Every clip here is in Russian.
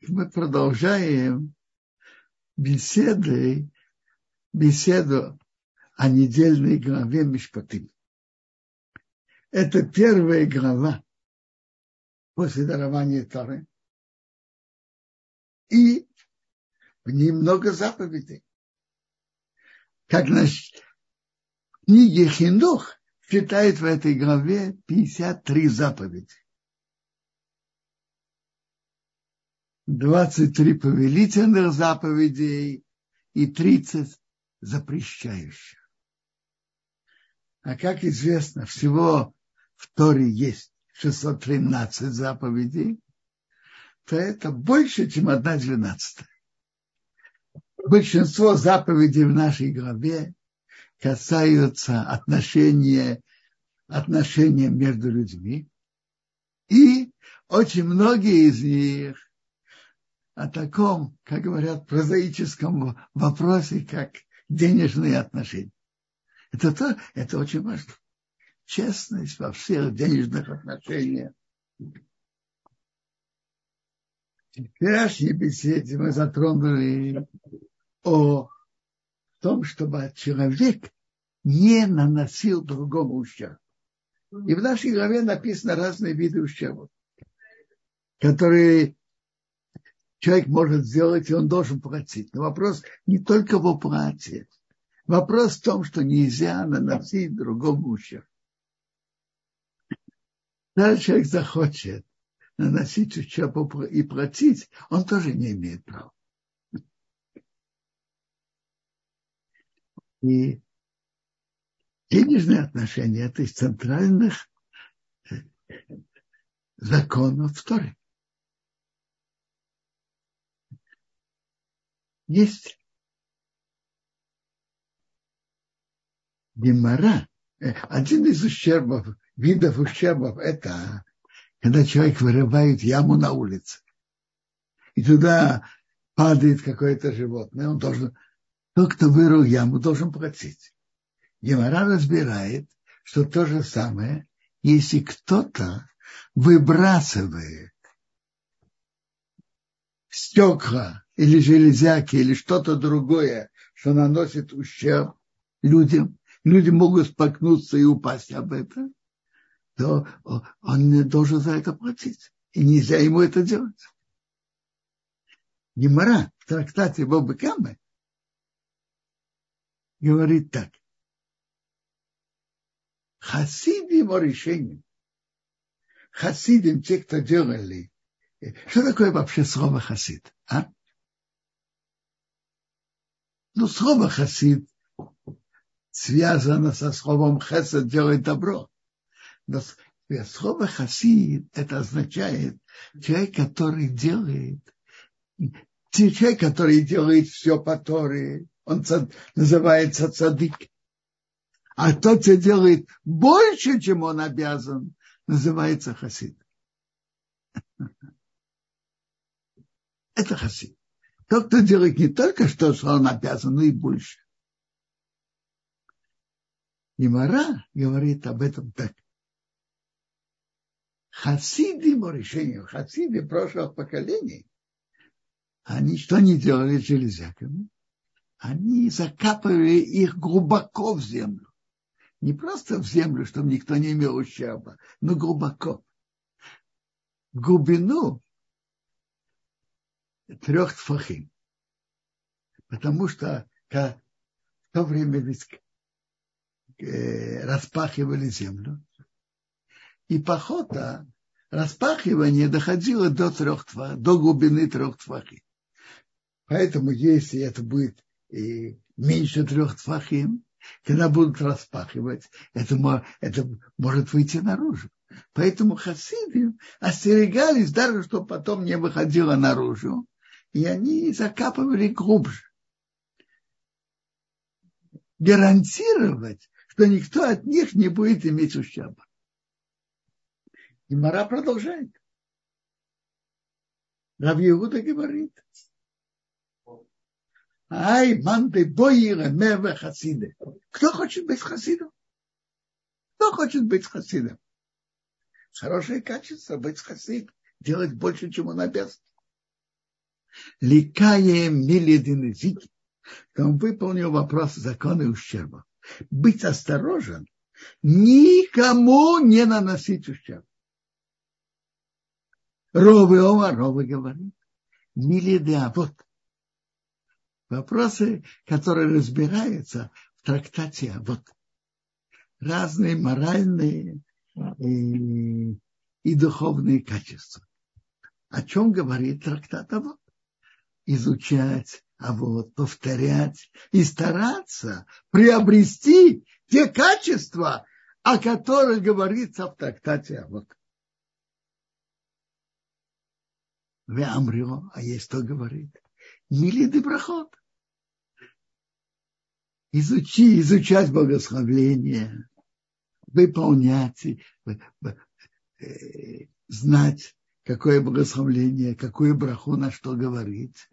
мы продолжаем беседу о недельной главе Мишпатим. Это первая глава после дарования Торы. И в ней много заповедей. Как в книге Хинух читает в этой главе 53 заповеди. 23 повелительных заповедей и 30 запрещающих. А как известно, всего в Торе есть 613 заповедей, то это больше, чем 1/12. Большинство заповедей в нашей главе касаются отношения между людьми, и очень многие из них о таком, как говорят, прозаическом вопросе, как денежные отношения. Это очень важно. Честность во всех денежных отношениях. В вчерашней беседе мы затронули о том, чтобы человек не наносил другому ущерб. И в нашей главе написаны разные виды ущерба, которые человек может сделать, и он должен платить. Но вопрос не только в уплате. Вопрос в том, что нельзя наносить другому ущерб. Даже человек захочет наносить ущерб и платить, он тоже не имеет права. И денежные отношения – это из центральных законов в Торе. Есть гемара. Один из видов ущербов – это когда человек вырывает яму на улице, и туда падает какое-то животное, тот, кто вырыл яму, должен платить. Гемара разбирает, что то же самое, если кто-то выбрасывает стекла или железяки или что-то другое, что наносит ущерб людям, люди могут споткнуться и упасть об этом, то он не должен за это платить. И нельзя ему это делать. Гемара в трактате Баба Камы говорит так. Хасидим о решении. Хасидим, те, кто делали. Что такое вообще слово хасид? А? Ну, слово хасид связано со словом хесед, делать добро. Но слово хасид, это означает человек, который делает все по Торе, он называется цадик. А тот, кто делает больше, чем он обязан, называется хасид. Это хасид. Тот, кто делает не только что он обязан, но и больше. Гемара говорит об этом так. Хасиды по решению, хасиды прошлых поколений, они что не делали с железяками? Они закапывали их глубоко в землю. Не просто в землю, чтобы никто не имел ущерба, но глубоко. В глубину 3 тфахим. Потому что в то время ведь распахивали землю. И похота, распахивание доходило до глубины 3 тфахим. Поэтому, если это будет меньше 3 тфахим, когда будут распахивать, это может выйти наружу. Поэтому хасиды остерегались даже, чтобы потом не выходило наружу. И они закапывали глубже. Гарантировать, что никто от них не будет иметь ущерба. Гемара продолжает. Рав Иуда говорит. Ай, манты боира меве хасиды. Кто хочет быть хасидом? Кто хочет быть хасидом? Хорошее качество быть хасидом. Делать больше, чем он обязан. Ликая миледины зики, он выполнил вопрос закона ущерба. Быть осторожен, никому не наносить ущерб. Ровы говорит, миледы, а вот вопросы, которые разбираются в трактате, а вот разные моральные и духовные качества. О чем говорит трактат а вот? Изучать, а вот повторять и стараться приобрести те качества, о которых говорится в трактате а вот. А есть кто говорит? Милиды брахот. Изучать богословление, выполнять, знать, какое богословление, какую браху на что говорить.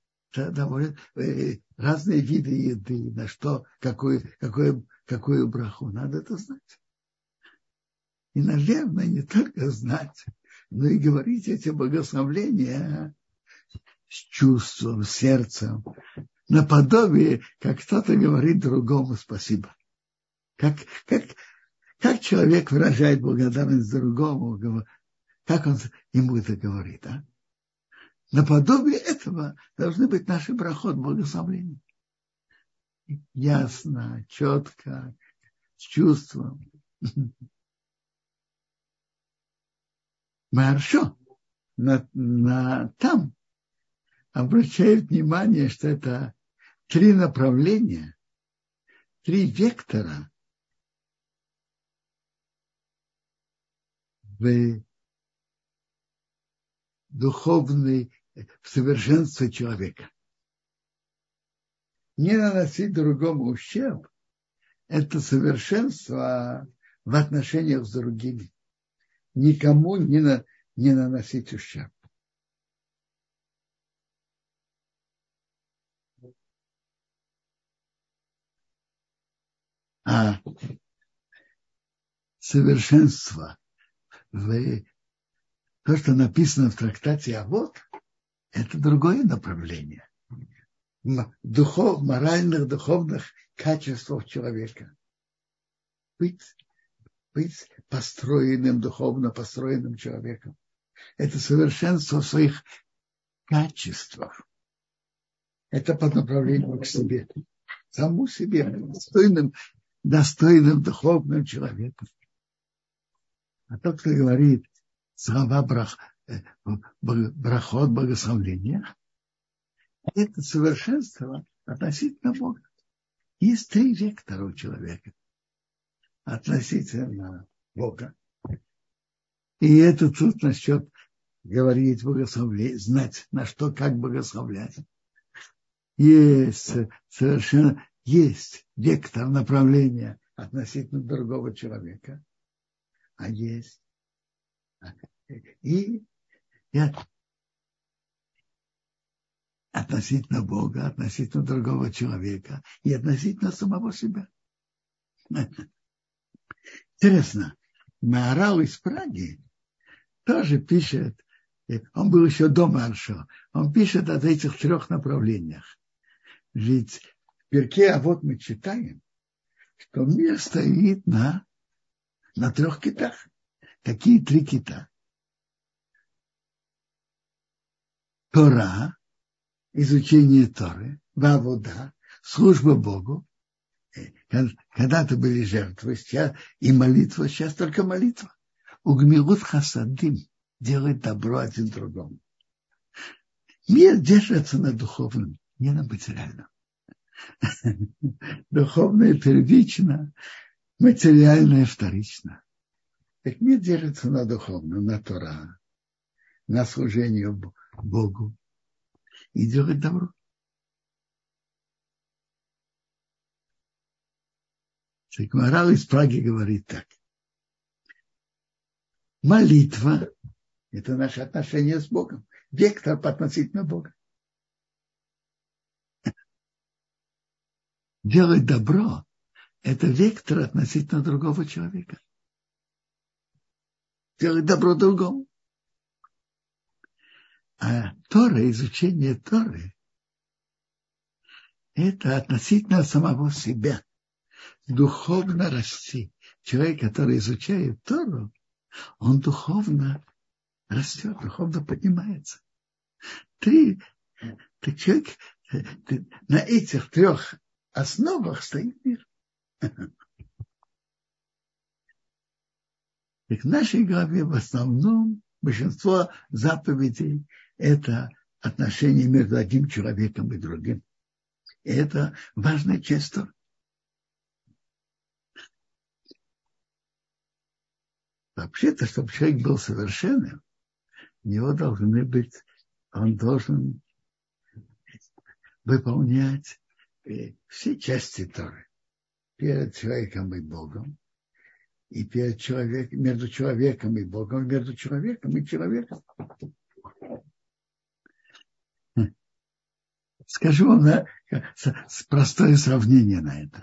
Разные виды еды, на что, какую браху, надо это знать. И, наверное, не только знать, но и говорить эти богословления с чувством, с сердцем, наподобие, как кто-то говорит другому спасибо. Как человек выражает благодарность другому, как он ему это говорит, а? Наподобие этого должны быть наши брахот, благословения. Ясно, четко, с чувством. Маршо там обращают внимание, что это 3 направления, 3 вектора в духовной, в совершенстве человека. Не наносить другому ущерб – это совершенство в отношениях с другими. Никому не наносить ущерб. А совершенство в то, что написано в трактате «А вот», это другое направление. Моральных, духовных качествах человека. Быть построенным, духовно построенным человеком. Это совершенство в своих качествах. Это по направлению к себе. Саму себе, достойным духовным человеком. А тот, кто говорит слова брахот, благословления, это совершенство относительно Бога. Есть 3 вектора у человека относительно Бога. И это тут насчет говорить благословлять, знать, на что, как благословлять. Есть вектор направления относительно другого человека. А есть и относительно Бога, относительно другого человека и относительно самого себя. Интересно, Маорал из Праги тоже пишет, он был еще до Маршо, он пишет о этих 3 направлениях. Ведь в Перке а вот мы читаем, что мир стоит на 3 китах. Какие 3 кита? Тора, изучение Торы, вавода, служба Богу. Когда-то были жертвы, сейчас и молитва, сейчас только молитва. Угмилут хасадим, делает добро один другому. Мир держится на духовном, не на материальном. Духовное первично, материальное вторично. Так мир держится на духовном, на Тора, на служение Богу и делает добро. Маорал из Праги говорит так. Молитва – это наше отношение с Богом. Вектор относительно Бога. Делать добро – это вектор относительно другого человека. Делать добро другому. А Тора, изучение Торы, это относительно самого себя. Духовно расти. Человек, который изучает Тору, он духовно растет, духовно поднимается. Человек, на этих 3 основах стоит мир. Так в нашей главе в основном большинство заповедей – это отношения между одним человеком и другим. И это важная часть Торы. Вообще-то, чтобы человек был совершенным, у него он должен выполнять все части Торы перед человеком и Богом, и между человеком и Богом, между человеком и человеком. Скажу вам простое сравнение на это.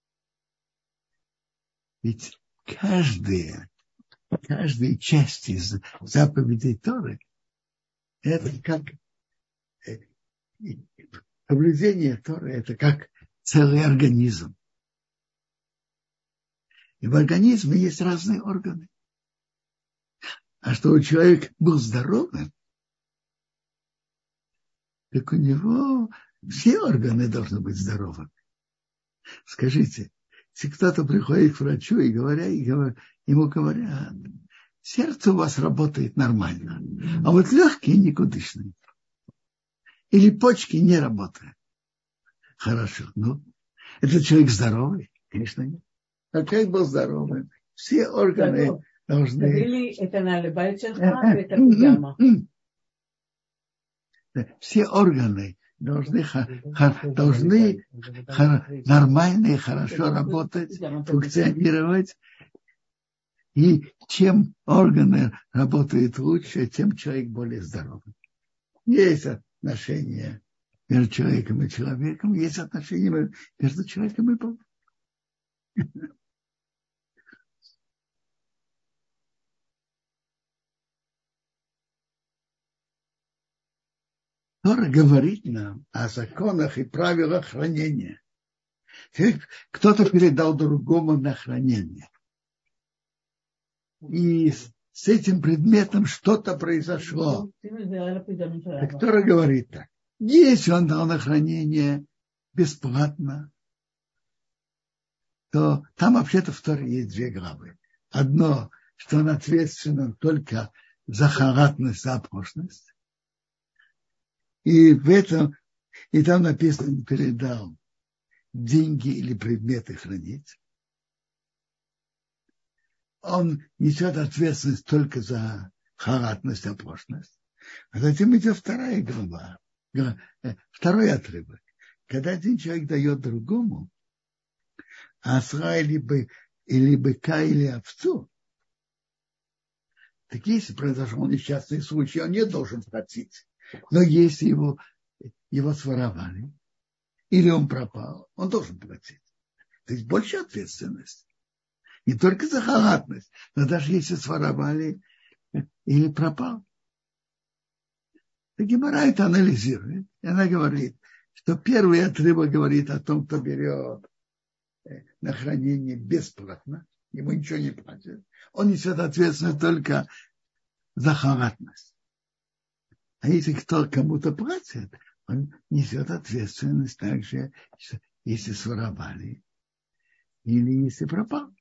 Ведь каждая часть из заповедей Торы – это как соблюдение Торы, это как целый организм. И в организме есть разные органы. А чтобы человек был здоровым, так у него все органы должны быть здоровыми. Скажите, если кто-то приходит к врачу и ему говорят, сердце у вас работает нормально, а вот легкие никудышные. Или почки не работают. Хорошо. Этот человек здоровый? Конечно, нет. А человек был здоровым. Все органы должны... Все органы должны нормально и хорошо работать, функционировать. И чем органы работают лучше, тем человек более здоровый. Есть отношения между человеком и человеком, есть отношения между человеком и Богом. Тора говорит нам о законах и правилах хранения. Кто-то передал другому на хранение. И с этим предметом что-то произошло. Так Тора говорит так. Если он дал на хранение бесплатно, то там вообще-то в Торе есть 2 главы. Одно, что он ответственен только за халатность, за оплошность. И там написано, передал деньги или предметы хранить. Он несет ответственность только за халатность, оплошность. А затем идет 2 глава, 2 отрывок. Когда один человек дает другому осла или быка или овцу, так если произошел несчастный случай, он не должен платить. Но если его своровали, или он пропал, он должен платить. То есть больше ответственность. Не только за халатность, но даже если своровали или пропал. Гемара это анализирует. И она говорит, что первый отрывок говорит о том, кто берет на хранение бесплатно, ему ничего не платят. Он несет ответственность только за халатность. А если кто кому-то платит, он несет ответственность также, если своровали или если пропал.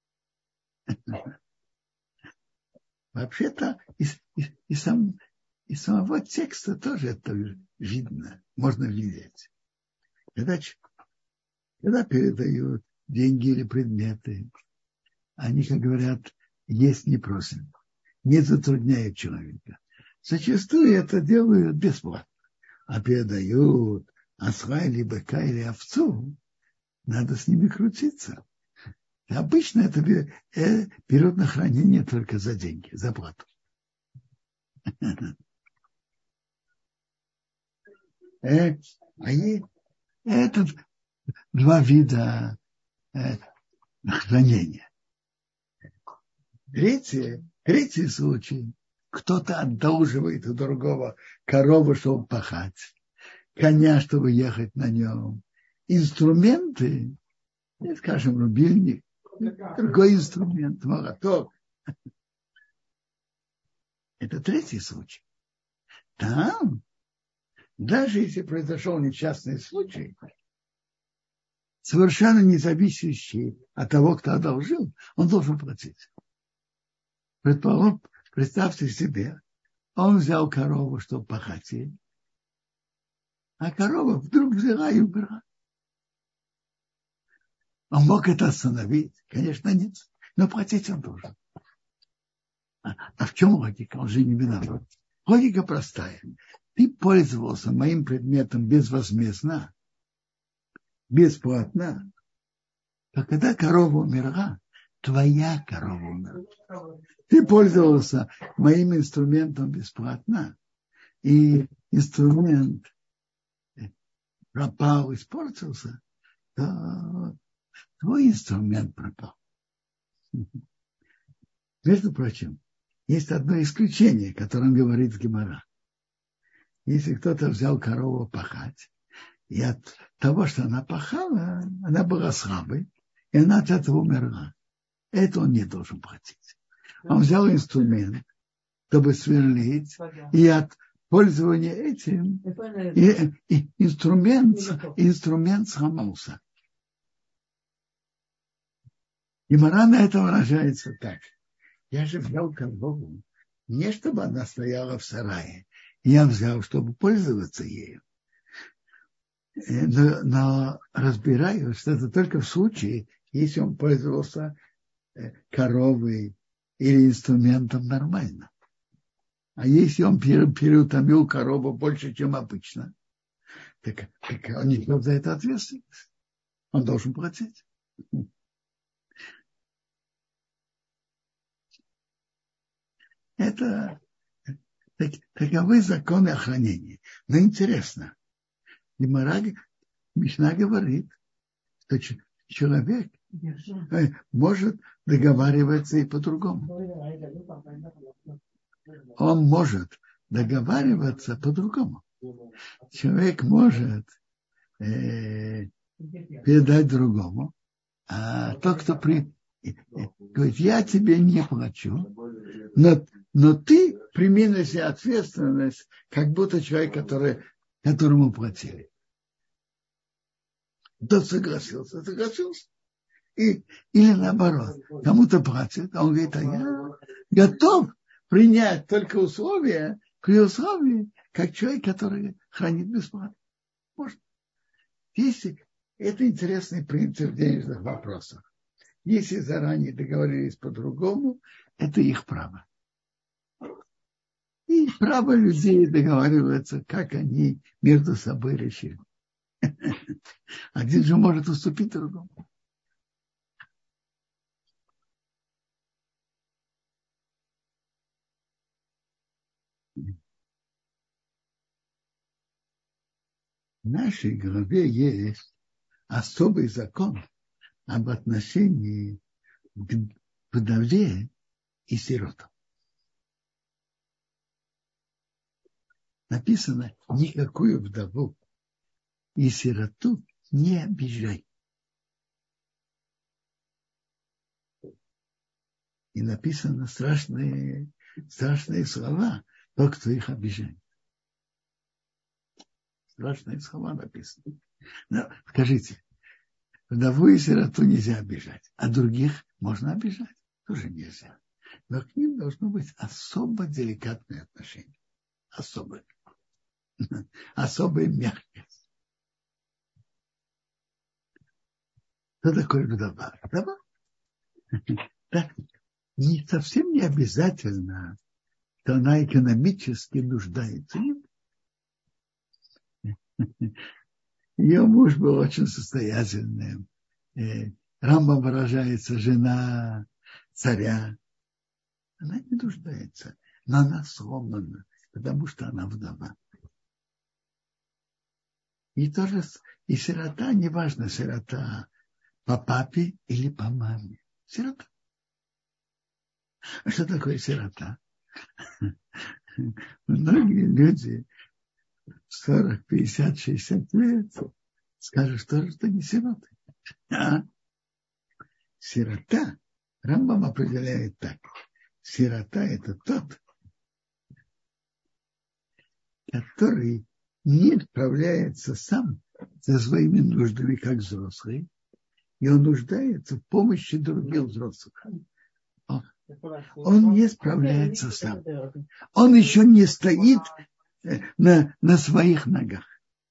Вообще-то из самого текста тоже это видно, можно видеть. Когда передают деньги или предметы, они, как говорят, есть не просят, не затрудняют человека. Зачастую это делают бесплатно. А передают осла или быка или овцу, надо с ними крутиться. И обычно это берет на хранение только за деньги, за плату. Это 2 вида хранения. Третий случай кто-то одалживает у другого корову, чтобы пахать, коня, чтобы ехать на нем, инструменты, скажем, рубильник, другой инструмент, молоток. Это третий случай. Там, даже если произошел несчастный случай, совершенно не зависящий от того, кто одолжил, он должен платить. Предположим, представьте себе, он взял корову, чтобы пахать ей, а корова вдруг взяла и умерла. Он мог это остановить? Конечно, нет. Но платить он должен. А в чем логика? Он же не виноват. Логика простая. Ты пользовался моим предметом безвозмездно, бесплатно, то когда корова умерла, твоя корова умерла. Ты пользовался моим инструментом бесплатно, и инструмент пропал, испортился, то твой инструмент пропал. Между прочим, есть одно исключение, о котором говорит Гемара. Если кто-то взял корову пахать, и от того, что она пахала, она была слабой, и она от этого умерла. Это он не должен платить. Он взял инструмент, чтобы сверлить, и от пользования этим и инструмент сломался. Гемара на это выражается так. Я же взял корову, не чтобы она стояла в сарае. Я взял, чтобы пользоваться ею. Но разбираю, что это только в случае, если он пользовался коровой или инструментом нормально. А если он переутомил корову больше, чем обычно, так он несет за это ответственность. Он должен платить. Это таковы законы охранения. Но интересно, Мишна говорит, что человек может договариваться и по-другому. Он может договариваться по-другому. Человек может передать другому, а тот, кто говорит, я тебе не плачу, но ты прими на себя ответственность, как будто человек, которому платили. Тот согласился. Или наоборот, кому-то платят, а он говорит, а я готов принять только условия, при условии, как человек, который хранит бесплатно. Может. Если это интересный принцип в денежных вопросах. Если заранее договорились по-другому, это их право. И право людей договариваться, как они между собой решили. Один же может уступить другому. В нашей голове есть особый закон об отношении к вдове и сиротам. Написано, никакую вдову и сироту не обижай. И написано страшные слова, тот, кто их обижает. Страшные слова написаны. Но скажите, вдову и сироту нельзя обижать, а других можно обижать, тоже нельзя. Но к ним должно быть особо деликатное отношение. Особое. Особая мягкость. Что такое вдова? Вдова? Совсем не обязательно, что она экономически нуждается. Ее муж был очень состоятельным. Рамбам выражается, жена царя. Она не нуждается, но она сломана, потому что она вдова. И тоже и сирота, неважно, сирота по папе или по маме. Сирота. А что такое сирота? Многие люди 40, 50, 60 лет скажут, что это не сироты. А сирота, Рамбам определяет так. Сирота – это тот, который не справляется сам со своими нуждами, как взрослый, и он нуждается в помощи других взрослых. Он не справляется сам. Он еще не стоит на своих ногах.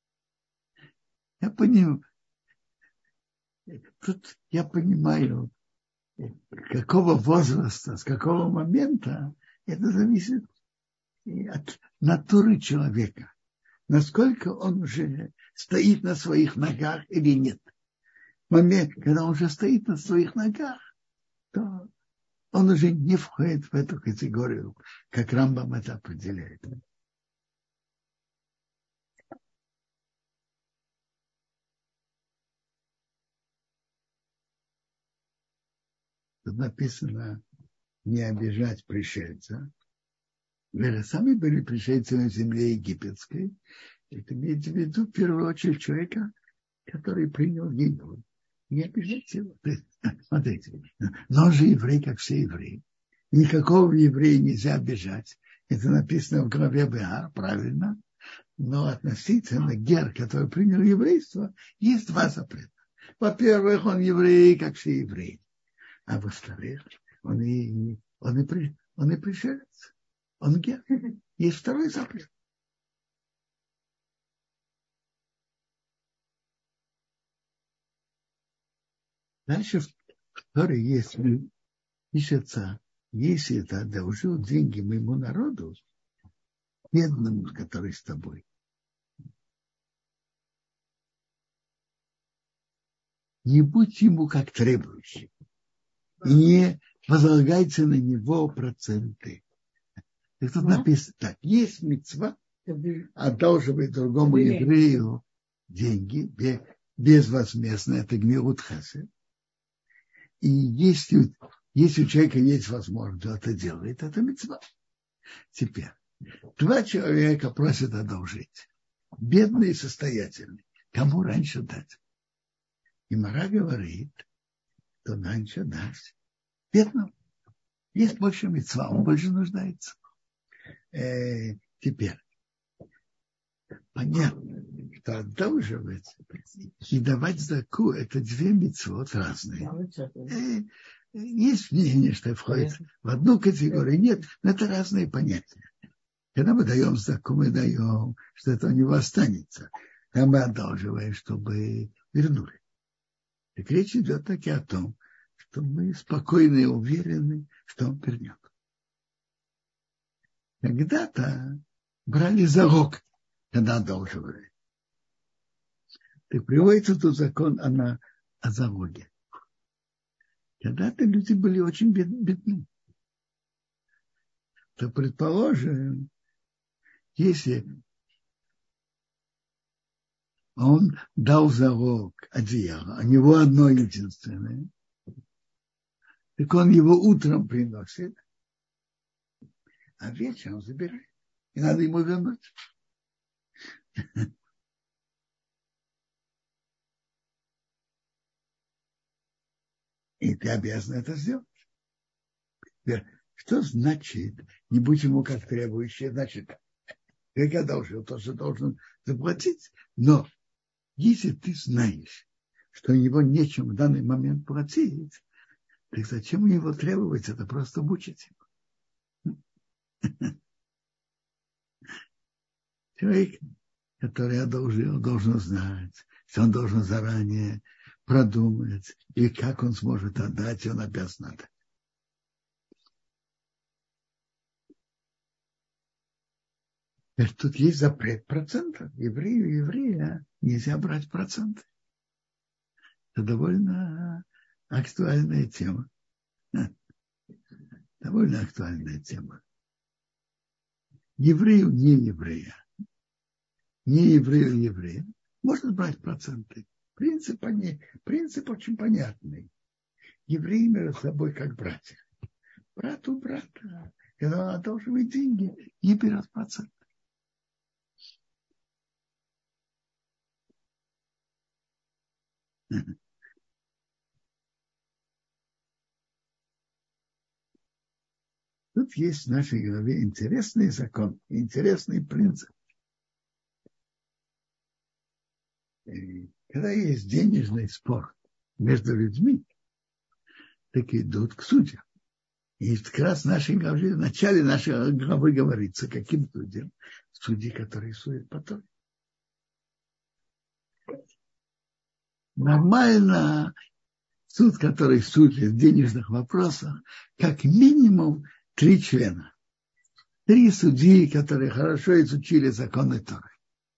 Я понимаю, какого возраста, с какого момента, это зависит от натуры человека. Насколько он уже стоит на своих ногах или нет. В момент, когда он уже стоит на своих ногах, то он уже не входит в эту категорию, как Рамбам это определяет. Тут написано не обижать пришельца. Вы сами были пришельцы на земле египетской. Это имеется в виду в первую очередь человека, который принял гибель. Не обижайте его. Смотрите, но он же еврей, как все евреи. Никакого еврея нельзя обижать. Это написано в главе Беар, правильно. Но относительно гер, который принял еврейство, есть два запрета. Во-первых, он еврей, как все евреи. А во-вторых, он и пришелец. Он гер. Есть второй запрет. Дальше в Торе есть, пишется, если ты одолжил деньги моему народу, бедному, который с тобой, не будь ему как требующий, и не возлагайте на него проценты. И тут написано так, есть мицва одалживать другому еврею деньги безвозмездно, это гмирут хесед. И если у человека есть возможность, то это делает, это мицва. Теперь, два человека просят одолжить. Бедный и состоятельный. Кому раньше дать? И Мара говорит, что раньше дать бедному. Есть больше мицва, он больше нуждается. Теперь, понятно, что одалживать и давать заку – это две мицвот разные. Есть мнение, что входит в одну категорию, нет, но это разные понятия. Когда мы даем заку, мы даем, что это у него останется. А мы одалживаем, чтобы вернули. Так речь идет таки о том, что мы спокойны и уверены, что он вернет. Когда-то брали залог, когда одалживали. Так приводится тут закон о залоге. Когда-то люди были очень бедны. То, предположим, если он дал залог одеяло, а у него одно единственное, так он его утром приносит, а вечером забирает. И надо ему вернуть. И ты обязан это сделать. Что значит, не будь ему как требующий? Значит, как одолжил, то, что должен заплатить. Но если ты знаешь, что у него нечем в данный момент платить, так зачем у него требовать это? Просто мучить его. Человек, который одолжил, должен знать, что он должен заранее продумать, и как он сможет отдать, и он обязан отдать. Тут есть запрет процентов. Еврея нельзя брать проценты. Это довольно актуальная тема. Довольно актуальная тема. Еврею, не еврея. Не еврею, еврея. Можно брать проценты. Принцип очень понятный. Евреи между собой как братья. Брат у брата когда он одалживает деньги, не берет процент. Тут есть в нашей голове интересный закон, интересный принцип. Когда есть денежный спор между людьми, так идут к судьям. И как раз в начале нашей главы говорится, каким судьям? Судьи, которые судят по Торе. Нормально суд, который судит в денежных вопросах, как минимум 3 члена. 3 судьи, которые хорошо изучили законы Торы.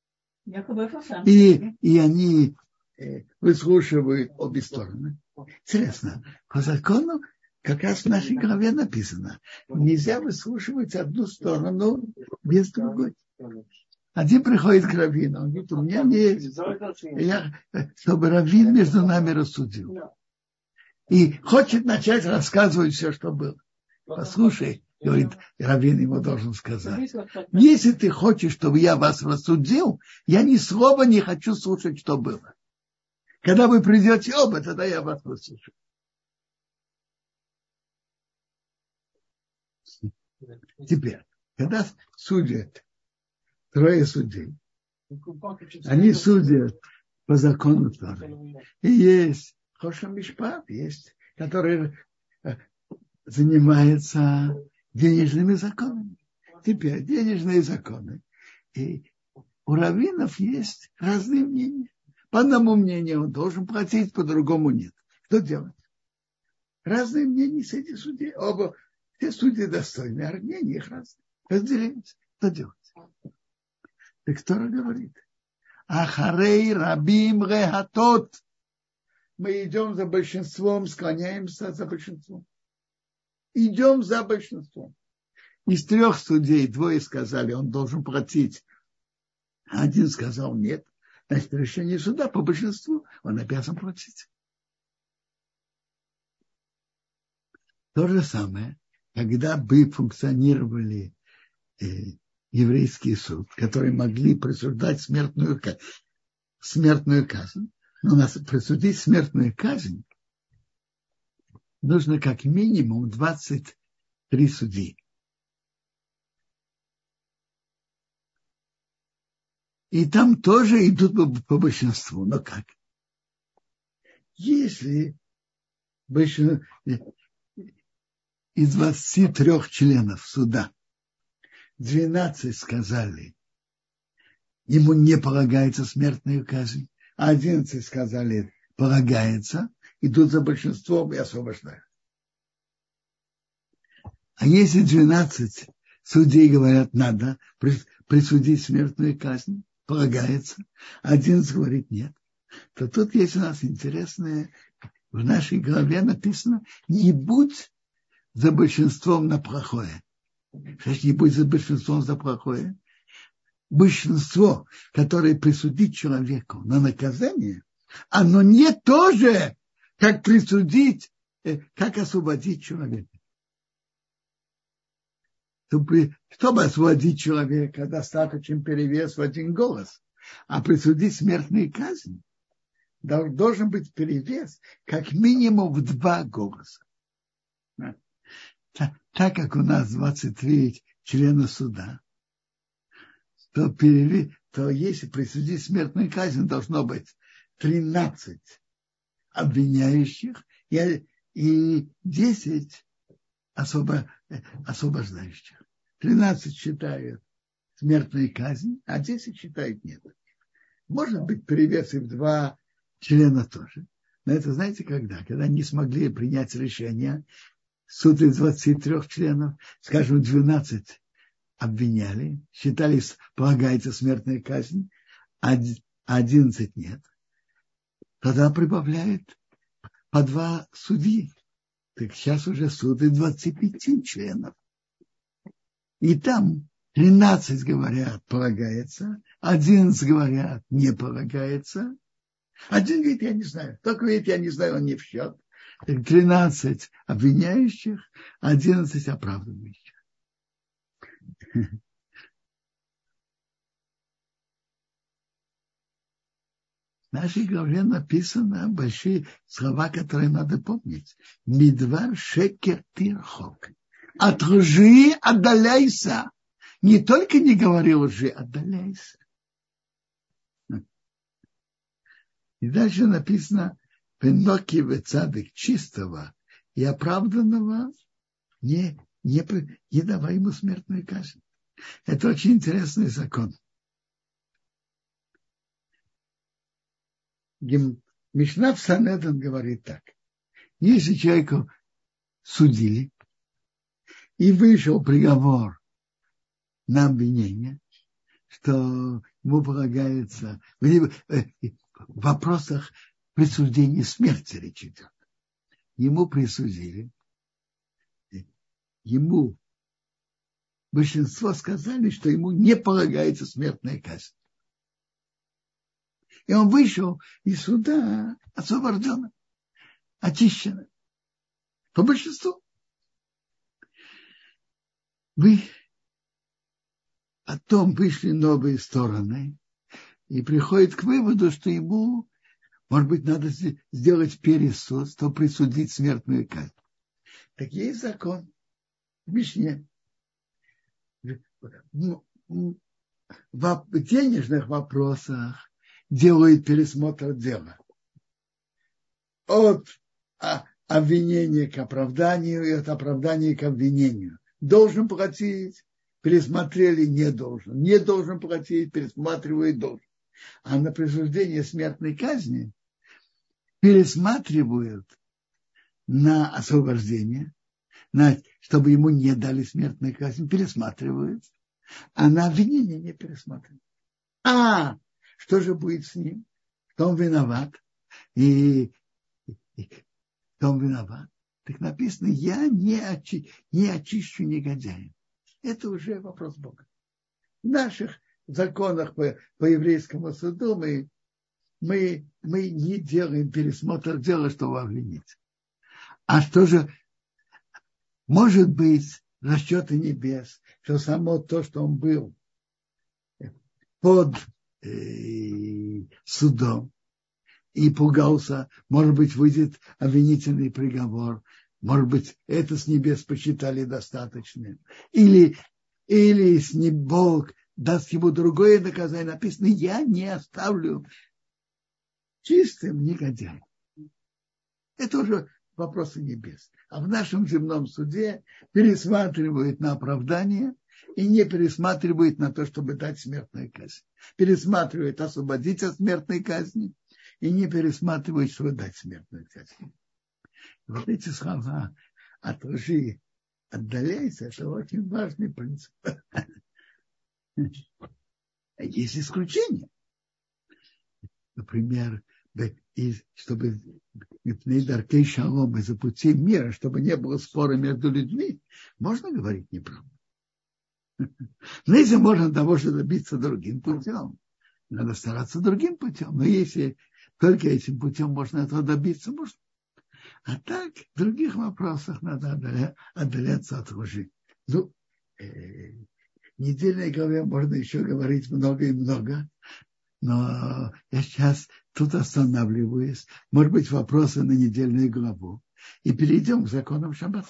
И они выслушивают обе стороны. Интересно, по закону как раз в нашей главе написано, нельзя выслушивать одну сторону без другой. Один приходит к раввину, он говорит, у меня есть, чтобы раввин между нами рассудил. И хочет начать рассказывать все, что было. Послушай, говорит, раввин ему должен сказать, если ты хочешь, чтобы я вас рассудил, я ни слова не хочу слушать, что было. Когда вы придете оба, тогда я вас выслушаю. Теперь, когда судят 3 судей, они судят по закону Торы. И есть Хошем Мишпат, есть, который занимается денежными законами. Теперь денежные законы. И у раввинов есть разные мнения. По одному мнению он должен платить, по другому нет. Что делать? Разные мнения среди судей. Оба, все судьи достойны, а мнения их разные. Разделяемся. Что делать? Так Тора говорит. Ахарей рабим рехатот. Мы идем за большинством, склоняемся за большинством. Идем за большинством. Из 3 судей 2 сказали, он должен платить. Один сказал нет. Значит, решение суда по большинству он обязан платить. То же самое, когда бы функционировали еврейский суд, которые могли присуждать смертную казнь, но нас присудить смертную казнь нужно как минимум 23 судьи. И там тоже идут по большинству. Но как? Если из 23 членов суда 12 сказали, ему не полагается смертная казнь, а 11 сказали, полагается, идут за большинством и освобождают. А если 12 судей говорят, надо присудить смертную казнь, полагается, а 11 говорит нет, то тут есть у нас интересное, в нашей главе написано, не будь за большинством на плохое. Значит, не будь за большинством за плохое. Большинство, которое присудит человеку на наказание, оно не то же, как присудить, как освободить человека. Чтобы освободить человека, достаточен перевес в 1 голос, а присудить смертную казнь должен быть перевес как минимум в 2 голоса. Так как у нас 23 члена суда, то если присудить смертную казнь, должно быть 13 обвиняющих и 10 освобождающих. 13 считают смертную казнь, а 10 считают нет. Может быть, перевес и в 2 члена тоже. Но это знаете когда? Когда не смогли принять решение, суд из 23 членов, скажем, 12 обвиняли, считали, полагается смертная казнь, а 11 нет. Тогда прибавляет по 2 судьи. Так сейчас уже суд из 25 членов. И там 13 говорят, полагается, 11 говорят, не полагается. Один говорит, я не знаю. Кто говорит, я не знаю, он не в счет. Так 13 обвиняющих, 11 оправдывающих. В нашей главе написано большие слова, которые надо помнить. Мидвар шекер тирхок. От лжи отдаляйся. Не только не говори лжи, отдаляйся. И дальше написано, пеноки вецадык, чистого и оправданного, не давай ему смертную казнь. Это очень интересный закон. Мишна в Санедрин говорит так. Если человеку судили, и вышел приговор на обвинение, что ему полагается в вопросах присуждения смерти речь идет. Ему присудили, ему большинство сказали, что ему не полагается смертная казнь. И он вышел из суда освобожденным, очищенным. По большинству. Потом вышли новые стороны и приходит к выводу, что ему, может быть, надо сделать пересуд, чтобы присудить смертную казнь. Так есть закон в Мишне. В денежных вопросах делают пересмотр дела. От обвинения к оправданию и от оправдания к обвинению. Должен платить, пересмотрели, не должен. Не должен платить, пересматривает, должен. А на присуждение смертной казни пересматривают на освобождение, чтобы ему не дали смертную казнь, пересматривают, а на обвинение не пересматривают. Что же будет с ним? Кто он виноват? Кто он виноват? Так написано, я не очищу негодяя. Это уже вопрос Бога. В наших законах по еврейскому суду мы не делаем пересмотр дела, чтобы обвинить. А что же может быть расчеты небес, что само то, что он был под судом и пугался, может быть, выйдет обвинительный приговор, может быть, это с небес посчитали достаточным. Или с небес Бог даст ему другое наказание. Написано, я не оставлю чистым негодяем. Это уже вопросы небес. А в нашем земном суде пересматривают на оправдание и не пересматривают на то, чтобы дать смертную казнь. Пересматривают освободить от смертной казни и не пересматривают, чтобы дать смертную казнь. Вот эти слова от лжи отдаляйся, это очень важный принцип. Есть исключения. Например, чтобы даркей шалом из-за путей мира, чтобы не было спора между людьми, можно говорить неправду. Но если можно того же добиться другим путем, надо стараться другим путем. Но если только этим путем можно этого добиться, можно. А так, в других вопросах надо отдаляться от лжи. В недельной главе можно еще говорить много и много, но я сейчас тут останавливаюсь. Может быть, вопросы на недельную главу. И перейдем к законам шаббата.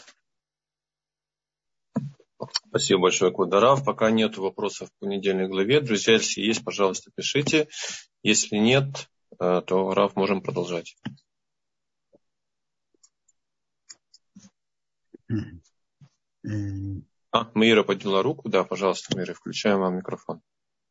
Спасибо большое, Квод Рав. Пока нет вопросов по недельной главе. Друзья, если есть, пожалуйста, пишите. Если нет, то, Рав, можем продолжать. Маира подняла руку. Да, пожалуйста, Маира, включаем вам микрофон.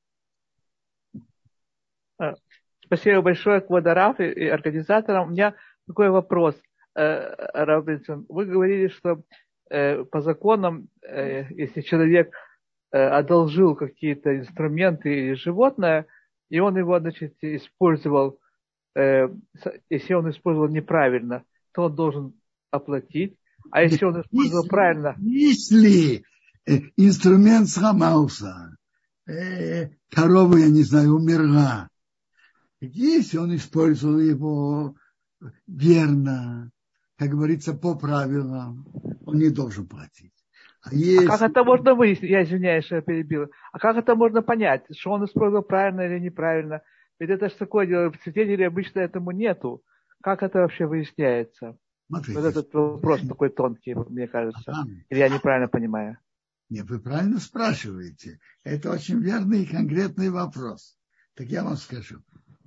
Спасибо большое, Квод Рав и организаторам. У меня такой вопрос, Рав Бенсон. Вы говорили, что по законам, если человек одолжил какие-то инструменты или животное, и он его, значит, использовал, если он использовал неправильно, то он должен оплатить. А если он использовал правильно? Если инструмент сломался, корова, я не знаю, умерла, если он использовал его верно, как говорится, по правилам, он не должен платить. А как это можно выяснить? Я извиняюсь, что я перебил. А как это можно понять, что он использовал правильно или неправильно? Ведь это же такое дело, свидетелей обычно этому нету. Как это вообще выясняется? Смотрите, Вот этот вопрос такой тонкий, мне кажется. Или я неправильно понимаю? Нет, вы правильно спрашиваете. Это очень верный и конкретный вопрос. Так я вам скажу.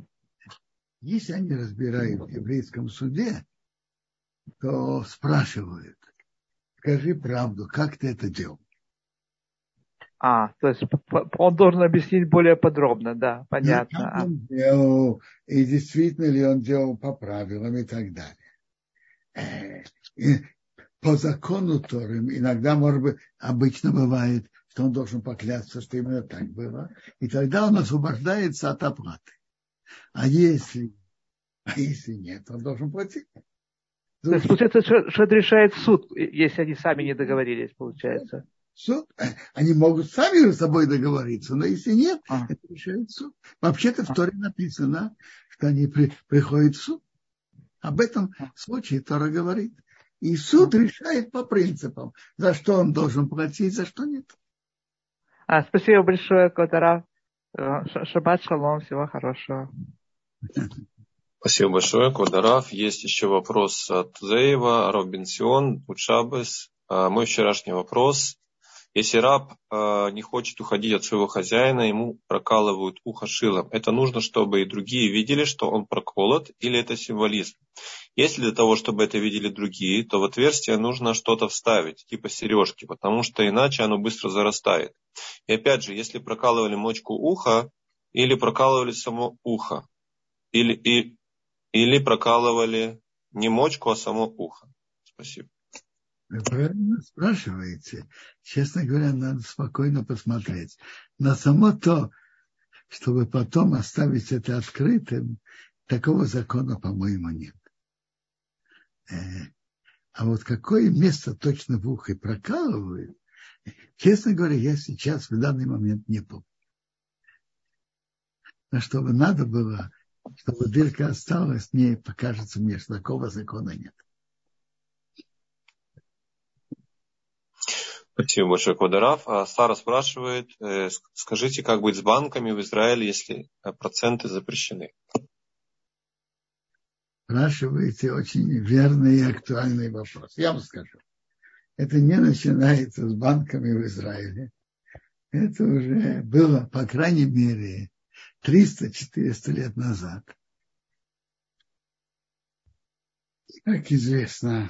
Если они разбирают в еврейском суде, то спрашивают, скажи правду, как ты это делал? То есть он должен объяснить более подробно, да, понятно. Как он делал, и действительно ли он делал по правилам и так далее. И по закону Торы иногда, может быть, обычно бывает, что он должен поклясться, что именно так было, и тогда он освобождается от оплаты. А если нет, он должен платить. То есть, получается, что это решает суд, если они сами не договорились, получается. Суд, они могут сами между собой договориться, но если нет, это решает суд. Вообще-то в Торе написано, что они приходят в суд. Об этом случае Тора говорит. И суд решает по принципам, за что он должен платить, за что нет. Спасибо большое, Квадарав. Шаббат шалом, всего хорошего. Спасибо большое, Квадарав. Есть еще вопрос от Зеева, Робинсион, Учабес. Мой вчерашний вопрос. Если раб не хочет уходить от своего хозяина, ему прокалывают ухо шилом. Это нужно, чтобы и другие видели, что он проколот, или это символизм? Если для того, чтобы это видели другие, то в отверстие нужно что-то вставить, типа сережки, потому что иначе оно быстро зарастает. И опять же, если прокалывали мочку уха, или прокалывали само ухо, или прокалывали не мочку, а само ухо. Спасибо. Вы правильно спрашиваете. Честно говоря, надо спокойно посмотреть. Но само то, чтобы потом оставить это открытым, такого закона, по-моему, нет. А вот какое место точно в ухе прокалывают, честно говоря, я сейчас в данный момент не помню. Но чтобы надо было, чтобы дырка осталась, мне покажется мне, что такого закона нет. Спасибо большое, Квадарав. Сара спрашивает, скажите, как быть с банками в Израиле, если проценты запрещены? Спрашиваете очень верный и актуальный вопрос. Я вам скажу. Это не начинается с банками в Израиле. Это уже было, по крайней мере, 300-400 лет назад. Как известно,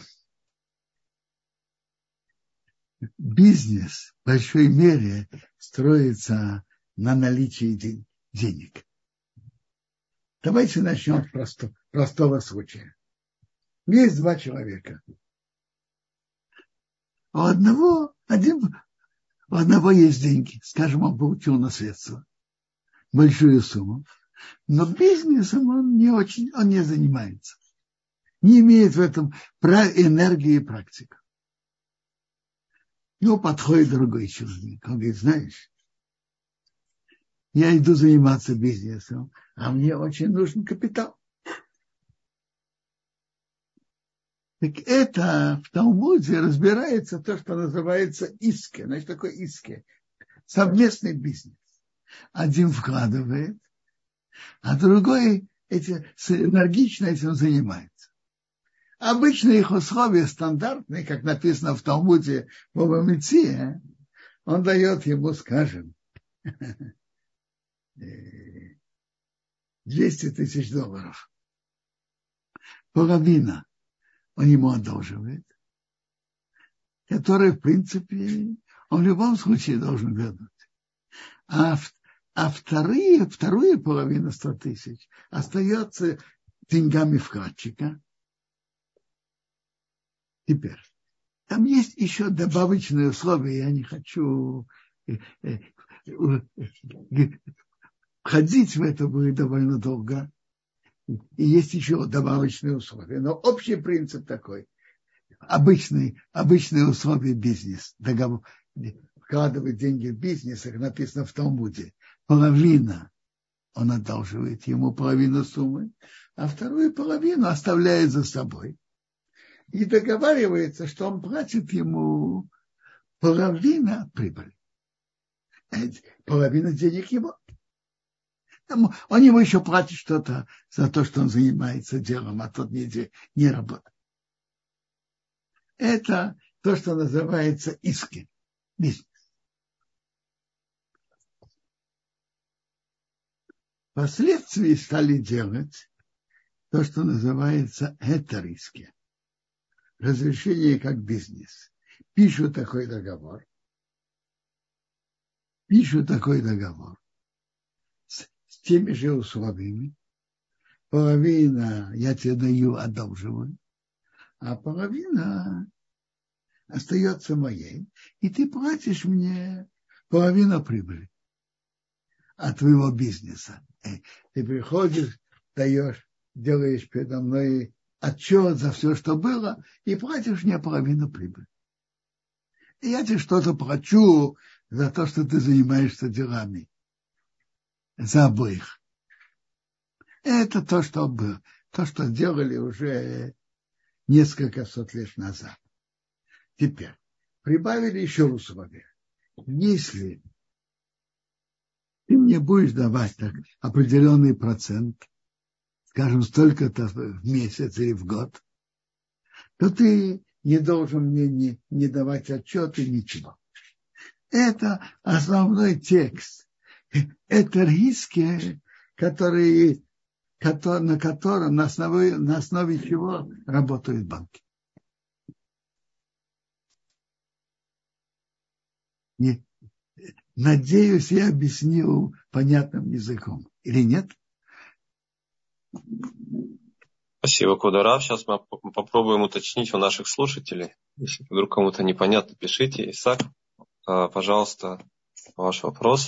бизнес в большой мере строится на наличии денег. Давайте начнем с простого случая. Есть два человека. У одного есть деньги. Скажем, он получил наследство. Большую сумму. Но бизнесом он не занимается. Не имеет в этом энергии и практики. Ну, подходит другой человек. Он говорит, знаешь, я иду заниматься бизнесом, а мне очень нужен капитал. Так это в Талмуде разбирается то, что называется иске. Значит, такое иске. Совместный бизнес. Один вкладывает, а другой энергично этим занимается. Обычно их условия стандартные, как написано в Талмуде Баба Меция, он дает ему, скажем, $200 000. Половина он ему одолживает, которая, в принципе, он в любом случае должен вернуть. А вторую половину 100 000 остается деньгами вкладчика. Теперь, там есть еще добавочные условия, я не хочу входить в это, будет довольно долго. И есть еще добавочные условия. Но общий принцип такой. Обычные условия бизнес. Договор, вкладывать деньги в бизнес, как написано в Талмуде. Половина он одалживает ему половину суммы, а вторую половину оставляет за собой. И договаривается, что он платит ему половина прибыли. Половина денег его. Он ему еще платит что-то за то, что он занимается делом, а тот не работает. Это то, что называется иски, бизнес. Впоследствии стали делать то, что называется риски. Разрешение как бизнес. Пишут такой договор с теми же условиями. Половина я тебе даю, одолживаю, а половина остается моей, и ты платишь мне половину прибыли от твоего бизнеса. Ты приходишь, делаешь передо мной отчет за все, что было, и платишь мне половину прибыли. И я тебе что-то плачу за то, что ты занимаешься делами. За обоих. Это то, что было. То, что делали уже несколько сот лет назад. Теперь прибавили еще условия. Если ты мне будешь давать так определенный процент, скажем, столько-то в месяц или в год, то ты не должен мне не давать отчеты, ничего. Это основной текст. Это риски, на основе чего работают банки. Надеюсь, я объяснил понятным языком. Или нет? Спасибо, Квода-Рав. Сейчас мы попробуем уточнить у наших слушателей. Если вдруг кому-то непонятно, пишите. Исаак, пожалуйста, ваш вопрос.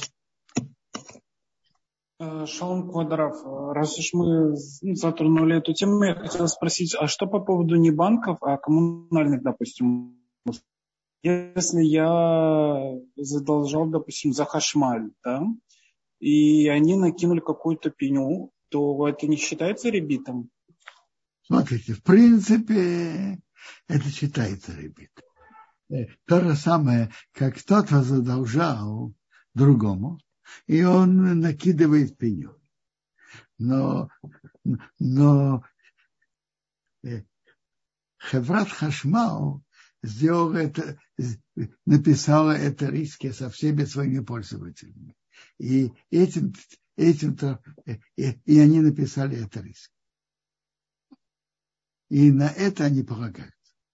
Шалом, Квода-Рав. Раз уж мы затронули эту тему, я хотел спросить, а что по поводу не банков, а коммунальных, допустим, если я задолжал, допустим, за хашмаль, да, и они накинули какую-то пеню, то это не считается ребитом? Смотрите, в принципе, это считается ребит. То же самое, как кто-то задолжал другому, и он накидывает пеню. Но Хеврат Хашмал написала это риски со всеми своими пользователями. И они написали это риски. И на это они полагаются.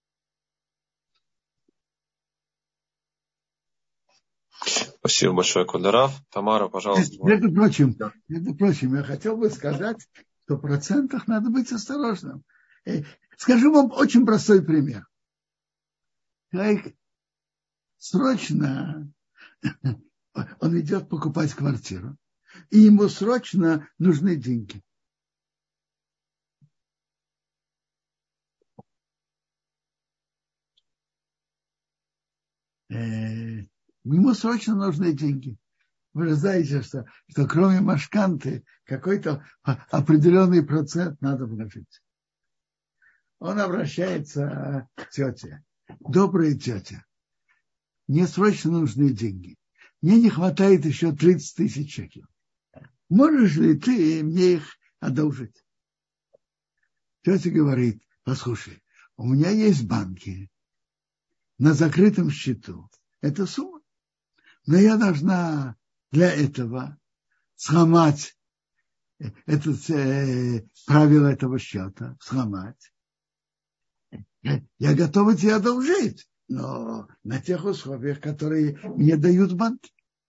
Спасибо большое, Квода-Рав. Тамара, пожалуйста. Между прочим, я хотел бы сказать, что в процентах надо быть осторожным. Скажу вам очень простой пример. Человек срочно, он идет покупать квартиру, и ему срочно нужны деньги. Ему срочно нужны деньги. Вы же знаете, что кроме машканты какой-то определенный процент надо вложить. Он обращается к тете. Добрая тетя, мне срочно нужны деньги. Мне не хватает еще 30 тысяч шекелей. Можешь ли ты мне их одолжить? Тетя говорит, послушай, у меня есть банки на закрытом счету. Это сумма. Но я должна для этого сломать правило этого счета, сломать. Я готова тебе одолжить, но на тех условиях, которые мне дают банки.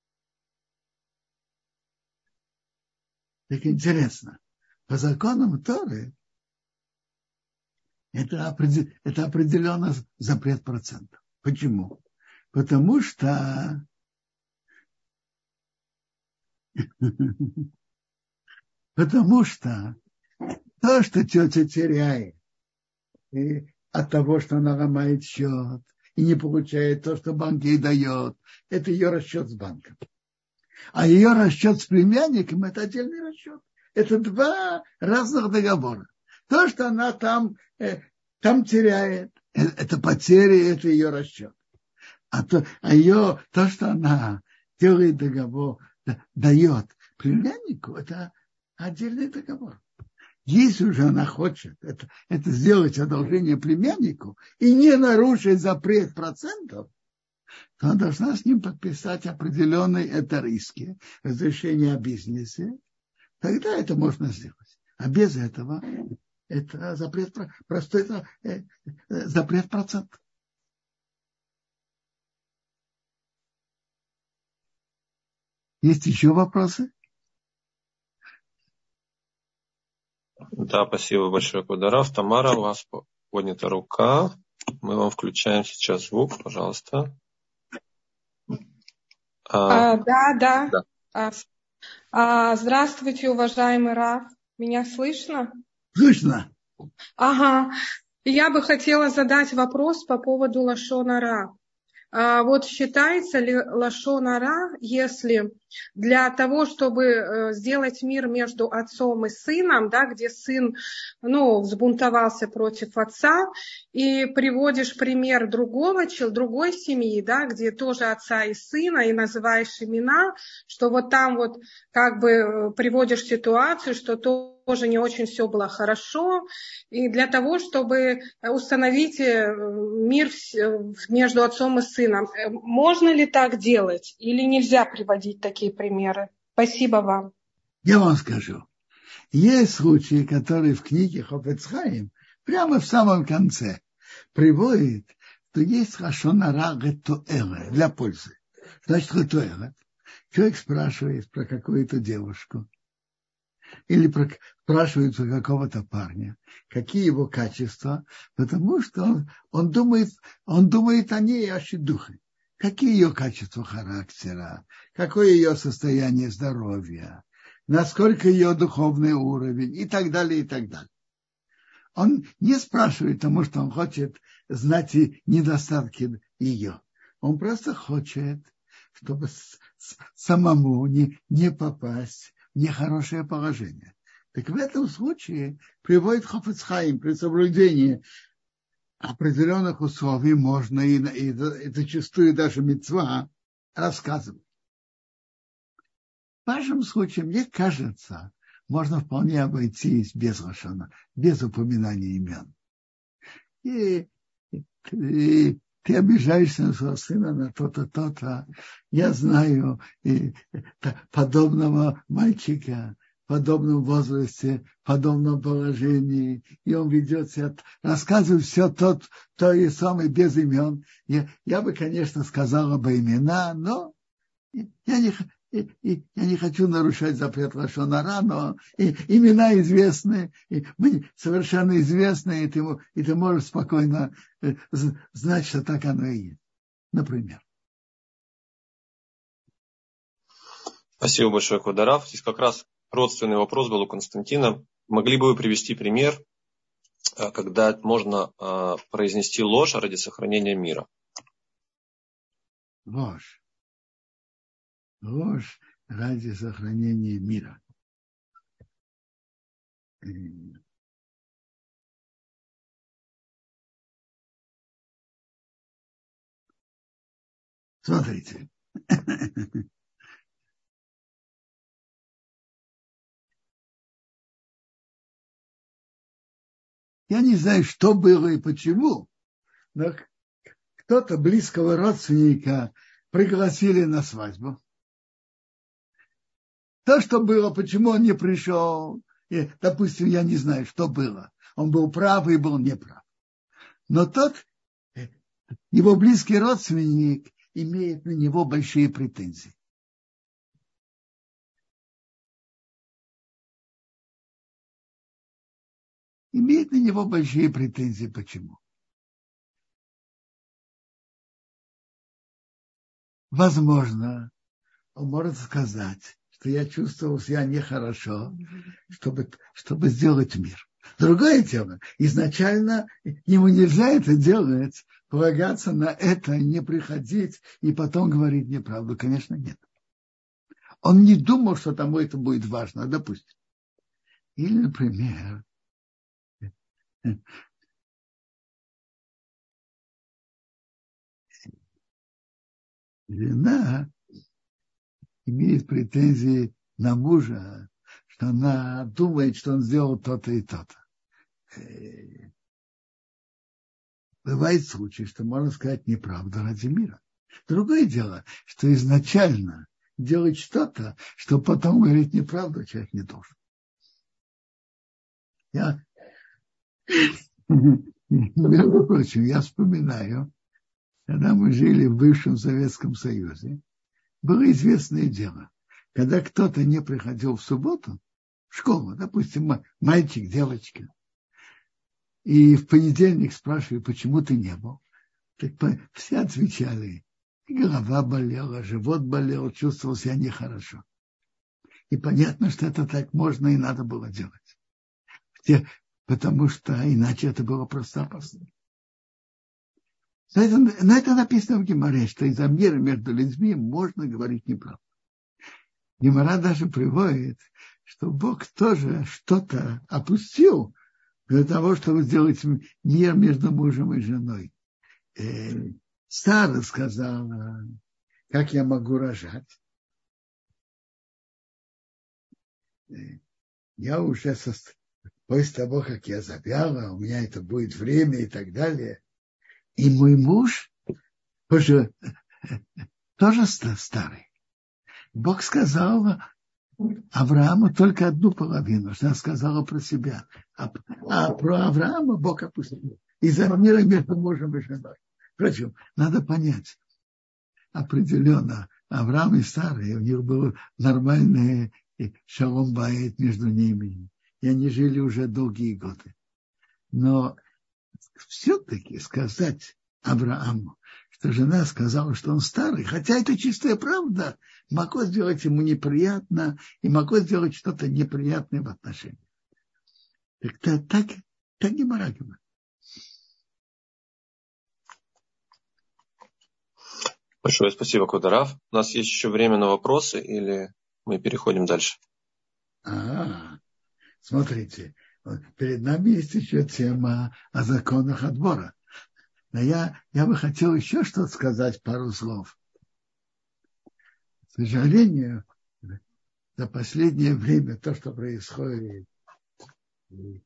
Так интересно. По законам Торы это определенно запрет процентов. Почему? Потому что то, что тетя теряет от того, что она ломает счет и не получает то, что банк ей дает, это ее расчет с банком. А ее расчет с племянником – это отдельный расчет. Это два разных договора. То, что она там теряет, это потери, это ее расчет. то, что она делает договор, дает племяннику, это отдельный договор. Если уже она хочет это сделать одолжение племяннику и не нарушить запрет процентов, то она должна с ним подписать определенные это риски, разрешение о бизнесе. Тогда это можно сделать. А без этого это запрет, простой запрет процентов. Есть еще вопросы? Да, спасибо большое, Квадарав. Тамара, у вас поднята рука. Мы вам включаем сейчас звук, пожалуйста. Да. Здравствуйте, уважаемый Рав. Меня слышно? Слышно. Ага. Я бы хотела задать вопрос по поводу лашон ара. Вот считается ли лашон ара, если для того, чтобы сделать мир между отцом и сыном, да, где сын, взбунтовался против отца, и приводишь пример другой семьи, да, где тоже отца и сына, и называешь имена, что вот там вот как бы приводишь ситуацию, что тоже не очень все было хорошо, и для того, чтобы установить мир между отцом и сыном. Можно ли так делать или нельзя приводить такие примеры? Спасибо вам. Я вам скажу. Есть случаи, которые в книге Хафец Хаим прямо в самом конце приводит, что есть лашон ара гетуэле для пользы. Значит, гетуэле. Человек спрашивает про какую-то девушку или спрашивает про какого-то парня, какие его качества, потому что он думает о ней, о шидухе. Какие ее качества характера, какое ее состояние здоровья, насколько ее духовный уровень и так далее, и так далее. Он не спрашивает, потому что он хочет знать и недостатки ее. Он просто хочет, чтобы самому не попасть в нехорошее положение. Так в этом случае приводит Хафец Хаим при соблюдении определенных условий можно и зачастую даже мицва рассказывать. В вашем случае, мне кажется, можно вполне обойтись без лашона, без упоминания имен. И ты обижаешься на своего сына, на то-то, то-то. Я знаю подобного мальчика, в подобном возрасте, в подобном положении, и он ведет себя, рассказывает все то и самое без имен. Я бы, конечно, сказала бы имена, но я не хочу нарушать запрет лашон ара, но имена известны, совершенно известны, и ты можешь спокойно знать, что так оно и есть. Например. Спасибо большое, Квадарав. Здесь как раз родственный вопрос был у Константина. Могли бы вы привести пример, когда можно произнести ложь ради сохранения мира? Ложь ради сохранения мира. Смотрите. Я не знаю, что было и почему, но кто-то близкого родственника пригласили на свадьбу. То, что было, почему он не пришел, и, допустим, я не знаю, что было. Он был прав и был неправ. Но его близкий родственник имеет на него большие претензии. Имеет на него большие претензии. Почему? Возможно, он может сказать, что я чувствовал себя нехорошо, чтобы сделать мир. Другое дело, изначально ему нельзя это делать, полагаться на это, не приходить и потом говорить неправду. Конечно, нет. Он не думал, что тому это будет важно, допустим. Или, например, жена имеет претензии на мужа, что она думает, что он сделал то-то и то-то. Бывает случай, что можно сказать неправду ради мира. Другое дело, что изначально делать что-то, что потом говорить неправду, человек не должен. Между прочим, я вспоминаю, когда мы жили в бывшем Советском Союзе, было известное дело. Когда кто-то не приходил в субботу в школу, допустим, мальчик, девочка, и в понедельник спрашиваю, почему ты не был, так все отвечали, голова болела, живот болел, чувствовал себя нехорошо. И понятно, что это так можно и надо было делать. Потому что иначе это было просто опасно. Но это написано в Гемаре, что из-за мира между людьми можно говорить неправду. Гемара даже приводит, что Бог тоже что-то опустил для того, чтобы сделать мир между мужем и женой. Сара сказала, как я могу рожать? Я уже после того, как я завяла, у меня это будет время и так далее. И мой муж тоже старый. Бог сказал Аврааму только одну половину, что она сказала про себя. А про Авраама Бог опустил. Из-за мира между мужем и женой. Впрочем, надо понять. Определенно, Авраам и Сара, у них был нормальный шалом баэт между ними. И они жили уже долгие годы. Но все-таки сказать Аврааму, что жена сказала, что он старый, хотя это чистая правда, могло сделать ему неприятно и могло сделать что-то неприятное в отношениях. Так не марагима. Большое спасибо, Квадарав. У нас есть еще время на вопросы или мы переходим дальше? Смотрите, перед нами есть еще тема о законах отбора. Но я бы хотел еще что-то сказать, пару слов. К сожалению, за последнее время то, что происходит в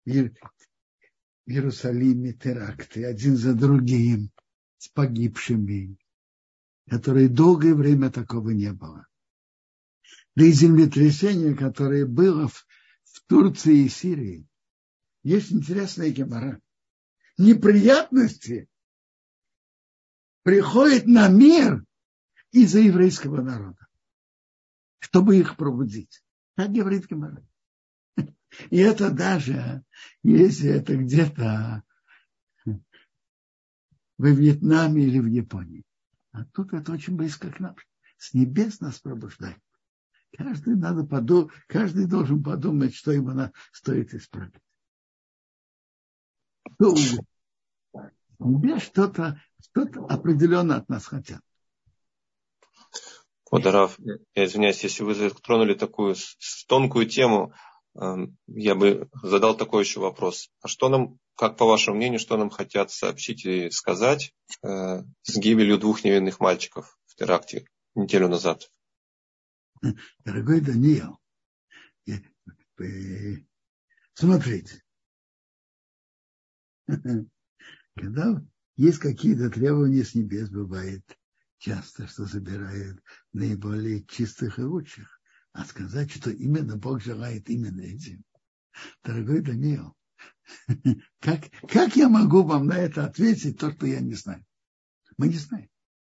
Иерусалиме, теракты один за другим, с погибшими, которые долгое время такого не было. Да и землетрясение, которое было в Турции и Сирии. Есть интересная гемара. Неприятности приходят на мир из-за еврейского народа, чтобы их пробудить. Так говорит гемара. И это даже, если это где-то во Вьетнаме или в Японии. А тут это очень близко к нам. С небес нас пробуждает. Каждый должен подумать, что ему стоит исправить. Небес что-то определенно от нас хотят. Квадарав, я извиняюсь, если вы затронули такую тонкую тему, я бы задал такой еще вопрос. А что нам, как по вашему мнению, что нам хотят сообщить и сказать с гибелью 2 невинных мальчиков в теракте неделю назад? Дорогой Даниил, смотрите, когда есть какие-то требования с небес, бывает часто, что забирают наиболее чистых и лучших, а сказать, что именно Бог желает именно этим. Дорогой Даниил, как я могу вам на это ответить, то, что я не знаю? Мы не знаем.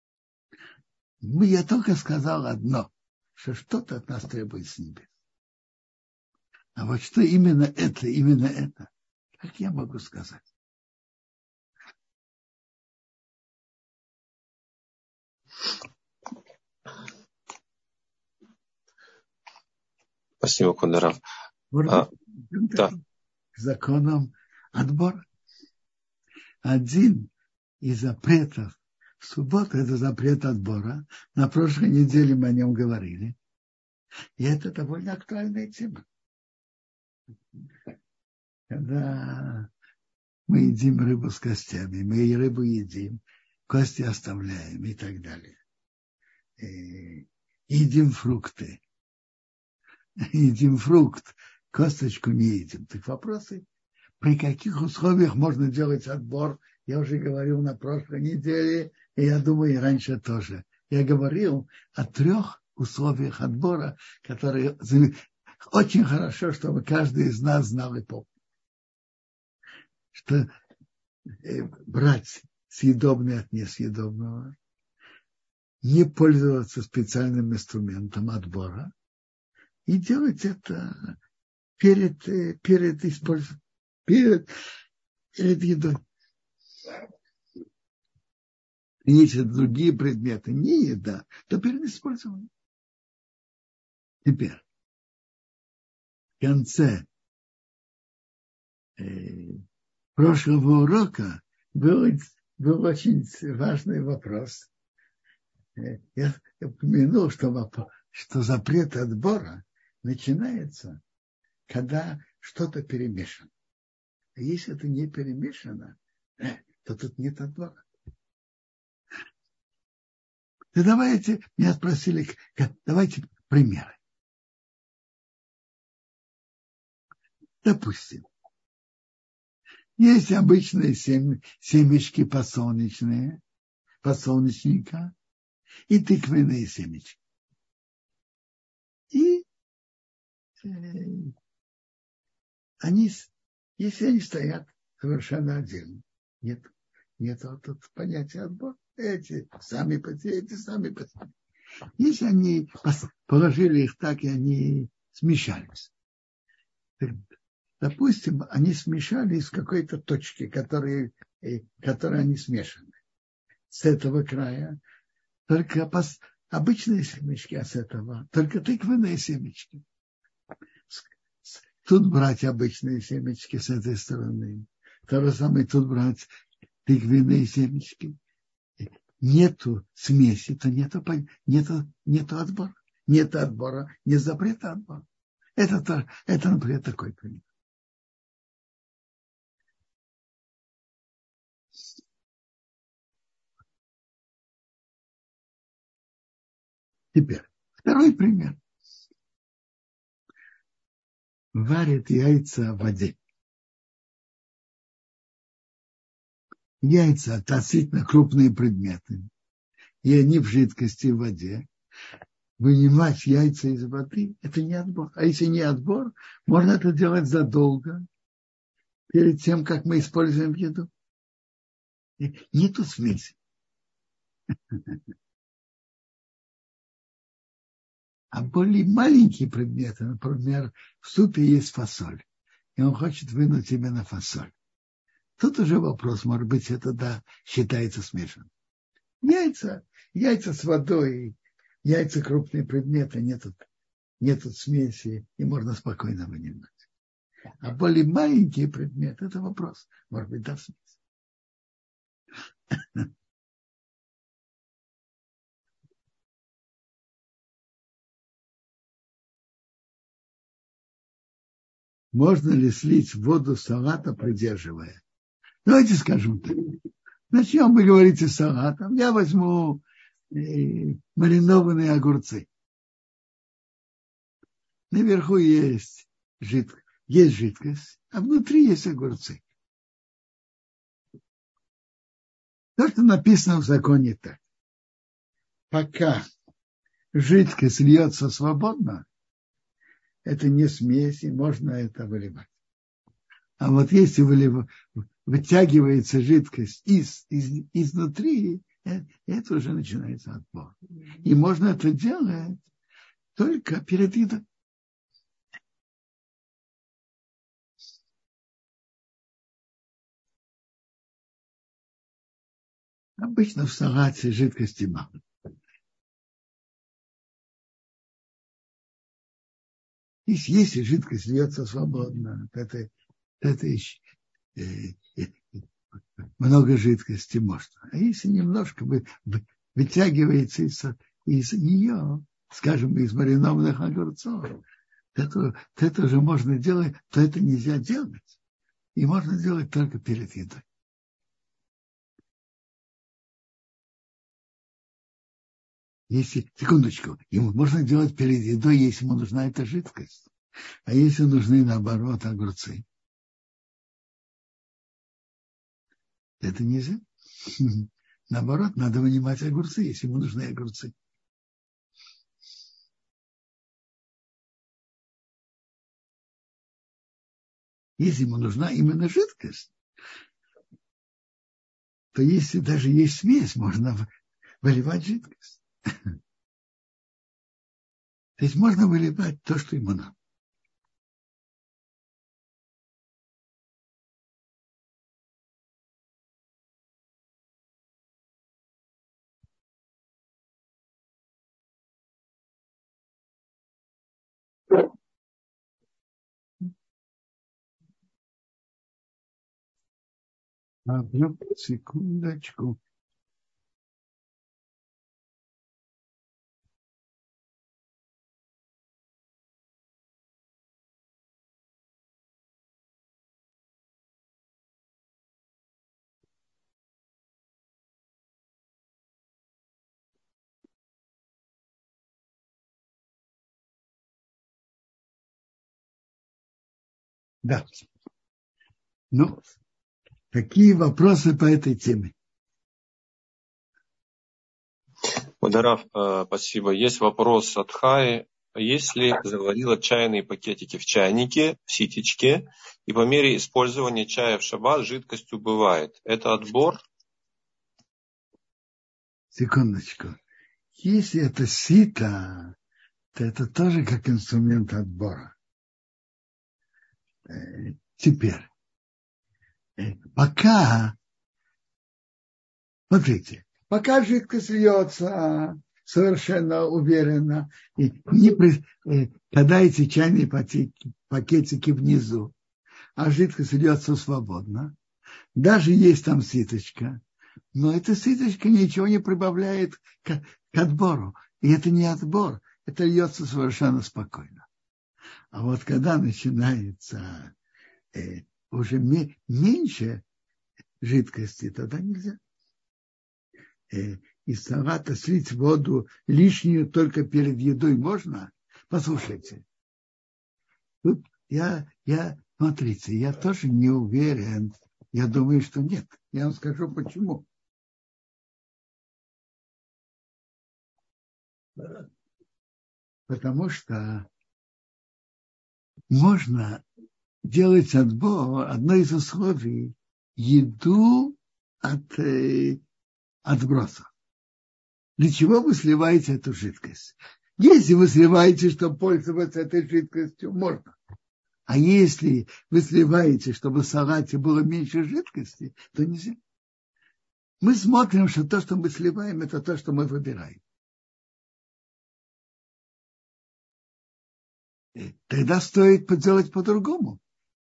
Я только сказал одно, что что-то от нас требует с небес. А вот что именно это, как я могу сказать? Спасибо, Квадарав. Да. К законам отбора. Один из запретов в субботу – это запрет отбора. На прошлой неделе мы о нем говорили. И это довольно актуальная тема. Когда мы едим рыбу с костями, мы и рыбу едим, кости оставляем и так далее. едим фрукты. Едим фрукт, косточку не едим. Так вопросы, при каких условиях можно делать отбор, я уже говорил на прошлой неделе, и я думаю, и раньше тоже. Я говорил о 3 условиях отбора, которые очень хорошо, чтобы каждый из нас знал и помнил. Что брать съедобное от несъедобного, не пользоваться специальным инструментом отбора и делать это перед использованием, перед едой. И если другие предметы не еда, то перед использованием. Теперь, в конце прошлого урока был очень важный вопрос. Я упомянул, что запрет отбора начинается, когда что-то перемешано. А если это не перемешано, то тут нет отбора. И давайте, меня спросили, давайте примеры. Допустим, есть обычные семечки подсолнечника и тыквенные семечки. И если они стоят совершенно отдельно, нет тут понятия отбора. Эти сами по себе. Если они положили их так, и они смешались. Допустим, они смешались в какой-то точке, которые они смешаны. С этого края только обычные семечки, а с этого только тыквенные семечки. Тут брать обычные семечки с этой стороны. То же самое тут брать тыквенные семечки. Нету смеси, то нету отбора. Нет отбора, нет запрета отбора. Это, например, такой пример. Теперь, второй пример. Варят яйца в воде. Яйца относительно крупные предметы, и они в жидкости в воде. Вынимать яйца из воды – это не отбор. А если не отбор, можно это делать задолго, перед тем, как мы используем еду. Нету смеси. А более маленькие предметы, например, в супе есть фасоль, и он хочет вынуть именно фасоль. Тут уже вопрос, может быть, это считается смешанным. Яйца с водой, яйца крупные предметы, нету смеси, и можно спокойно вынимать. А более маленькие предметы, это вопрос, может быть, да, смесь. Можно ли слить воду салата, придерживая? Давайте скажем так. Начнем мы говорить о салате. Я возьму маринованные огурцы. Наверху есть жидкость, а внутри есть огурцы. То, что написано в законе так. Пока жидкость льется свободно, это не смесь, и можно это выливать. А вот если вытягивается жидкость изнутри, это уже начинается отбор. И можно это делать только перед едой. Обычно в салате жидкости мало. Если жидкость льется свободно, то это еще много жидкости можно. А если немножко вытягивается из нее, скажем, из маринованных огурцов, то это уже можно делать, то это нельзя делать. И можно делать только перед едой. Если, секундочку, ему можно делать перед едой, если ему нужна эта жидкость. А если нужны, наоборот, огурцы? Это нельзя. Наоборот, надо вынимать огурцы, если ему нужны огурцы. Если ему нужна именно жидкость, то если даже есть смесь, можно выливать жидкость. То есть можно выливать то, что ему надо. Одну секундочку. Да. Ну, какие вопросы по этой теме? Квадараф, спасибо. Есть вопрос от Хаи. Если заварила чайные пакетики в чайнике, в ситечке, и по мере использования чая в шаббат жидкость убывает, это отбор? Секундочку. Если это сито, то это тоже как инструмент отбора. Теперь, пока, смотрите, пока жидкость льется совершенно уверенно, и когда эти чайные пакетики внизу, а жидкость льется свободно, даже есть там ситочка, но эта ситочка ничего не прибавляет к отбору. И это не отбор, это льется совершенно спокойно. А вот когда начинается уже меньше жидкости, тогда нельзя. Из салата слить воду лишнюю только перед едой можно? Послушайте. Тут смотрите, я тоже не уверен. Я думаю, что нет. Я вам скажу, почему. Потому что можно делать отбор, одно из условий, еду от отбросов. Для чего вы сливаете эту жидкость? Если вы сливаете, чтобы пользоваться этой жидкостью, можно. А если вы сливаете, чтобы в салате было меньше жидкости, то нельзя. Мы смотрим, что то, что мы сливаем, это то, что мы выбираем. Тогда стоит поделать по-другому.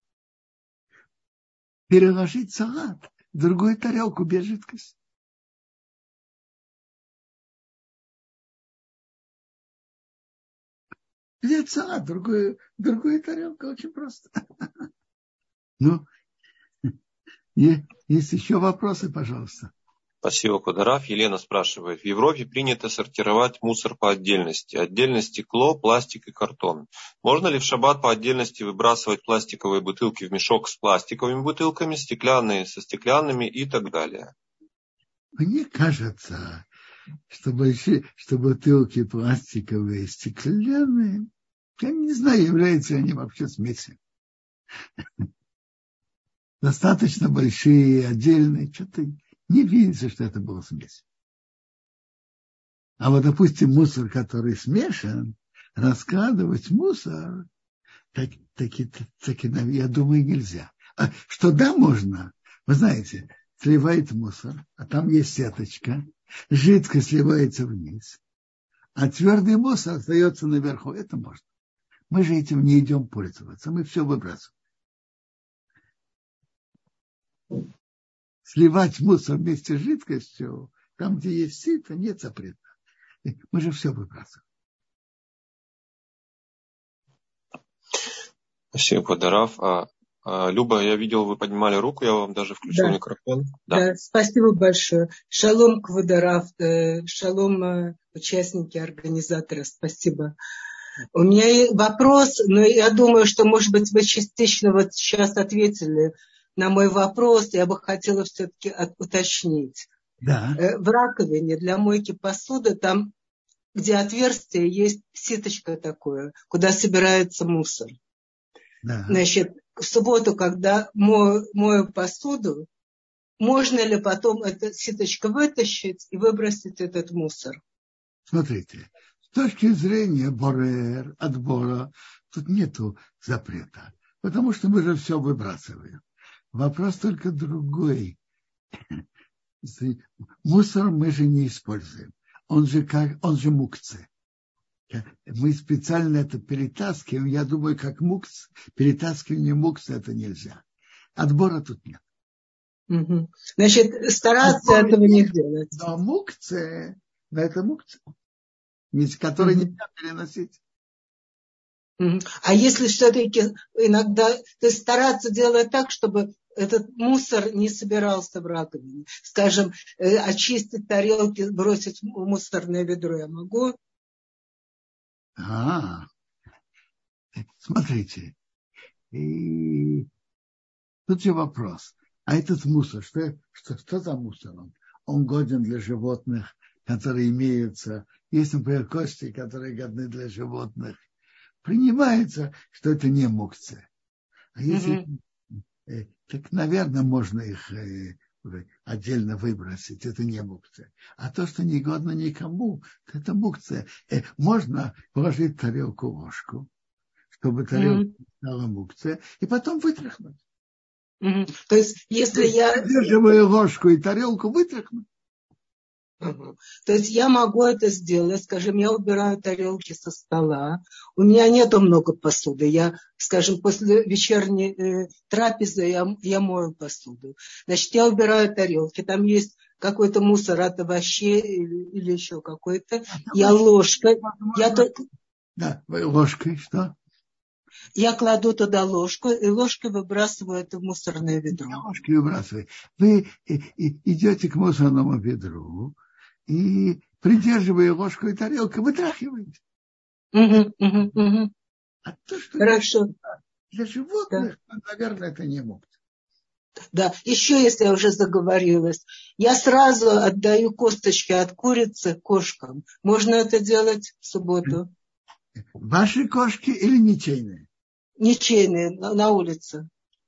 Переложить салат в другую тарелку без жидкости. Взять салат, другую тарелку, очень просто. Ну, есть еще вопросы, пожалуйста. Спасибо, Квадараф. Елена спрашивает. В Европе принято сортировать мусор по отдельности. Отдельно стекло, пластик и картон. Можно ли в шаббат по отдельности выбрасывать пластиковые бутылки в мешок с пластиковыми бутылками, стеклянные со стеклянными и так далее? Мне кажется, что бутылки пластиковые, стеклянные, я не знаю, являются они вообще смесью. Достаточно большие, отдельные, что-то не видится, что это была смесь. А вот, допустим, мусор, который смешан, раскладывать мусор, так, я думаю, нельзя. А что да, можно, вы знаете, сливает мусор, а там есть сеточка, жидкость сливается вниз, а твердый мусор остается наверху. Это можно. Мы же этим не идем пользоваться, мы все выбрасываем. Сливать мусор вместе с жидкостью, там, где есть сито, нет запрета. Мы же все выбрасываем. Спасибо, Квадараф. Люба, я видел, вы поднимали руку, я вам даже включил микрофон. Да, спасибо большое. Шалом, Квадарав, шалом, участники, организаторы, спасибо. У меня вопрос, но я думаю, что, может быть, вы частично вот сейчас ответили на мой вопрос. Я бы хотела все-таки уточнить. Да. В раковине для мойки посуды, там, где отверстие, есть сеточка такое, куда собирается мусор. Да. Значит, в субботу, когда мою посуду, можно ли потом эту сеточку вытащить и выбросить этот мусор? Смотрите, с точки зрения отбора, тут нету запрета, потому что мы же все выбрасываем. Вопрос только другой. Мусор мы же не используем. Он же мукце. Мы специально это перетаскиваем. Я думаю, как перетаскивание мукцы это нельзя. Отбора тут нет. Угу. Значит, стараться этого не делать. Но мукце, это мукце, который нельзя переносить. А если все-таки иногда, то есть стараться делать так, чтобы этот мусор не собирался в раковине. Скажем, очистить тарелки, бросить в мусорное ведро я могу? Смотрите. И тут же вопрос. А этот мусор, что за мусор он? Он годен для животных, которые имеются. Есть, например, кости, которые годны для животных. Принимается, что это не мукция. А если, так, наверное, можно их отдельно выбросить. Это не мукция. А то, что не годно никому, это мукция. Можно положить тарелку, ложку, чтобы тарелка стала мукция, и потом вытряхнуть. То есть, если я... Удерживая ложку и тарелку, вытряхнуть. То есть я могу это сделать, скажем, я убираю тарелки со стола, у меня нету много посуды, я, скажем, после вечерней трапезы я мою посуду. Значит, я убираю тарелки, там есть какой-то мусор от овощей или еще какой-то, я ложкой, Да, ложкой что? Я кладу туда ложку, и ложкой выбрасываю это в мусорное ведро. Ложкой выбрасывай. Вы идете к мусорному ведру, и, придерживая ложку и тарелку, вытряхиваете. А то, что хорошо. Для животных, наверное, это не могут. Да, еще если я уже заговорилась, я сразу отдаю косточки от курицы кошкам. Можно это делать в субботу? Ваши кошки или ничейные? Ничейные, на улице.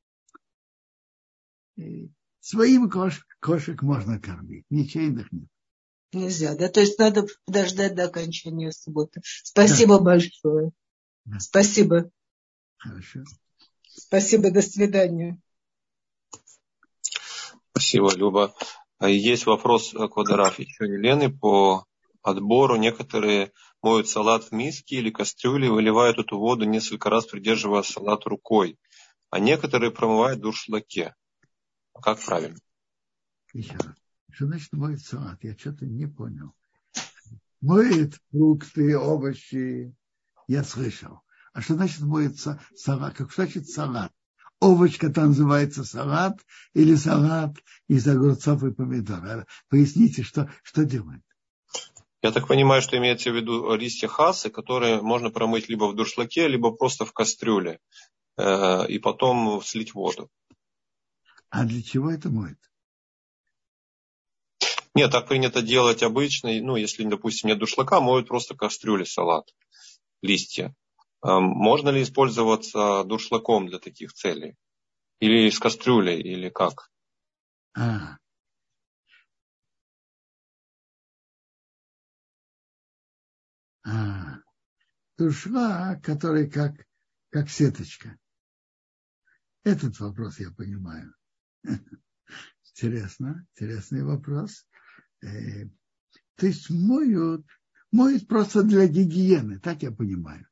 Своим кошек можно кормить, ничейных нет. Нельзя, да? То есть надо подождать до окончания субботы. Спасибо большое. Да. Спасибо. Хорошо. Спасибо, до свидания. Спасибо, Люба. Есть вопрос к Квадарав еще Елены по отбору. Некоторые моют салат в миске или кастрюле, выливают эту воду несколько раз, придерживая салат рукой. А некоторые промывают в дуршлаге. Как правильно? Еще раз. Что значит моет салат? Я что-то не понял. Моет фрукты, овощи. Я слышал. А что значит моет салат? Как значит салат? Овощ, который называется салат, или салат из огурцов и помидоров. Поясните, что делает? Я так понимаю, что имеется в виду листья хасы, которые можно промыть либо в дуршлаге, либо просто в кастрюле. И потом слить воду. А для чего это моет? Нет, так принято делать обычно. Ну, если, допустим, нет дуршлака, моют просто кастрюли салат, листья. Можно ли использоваться дуршлаком для таких целей? Или с кастрюлей, или как? Дуршлак, который как сеточка. Этот вопрос я понимаю. Интересный вопрос. То есть моют просто для гигиены, так я понимаю.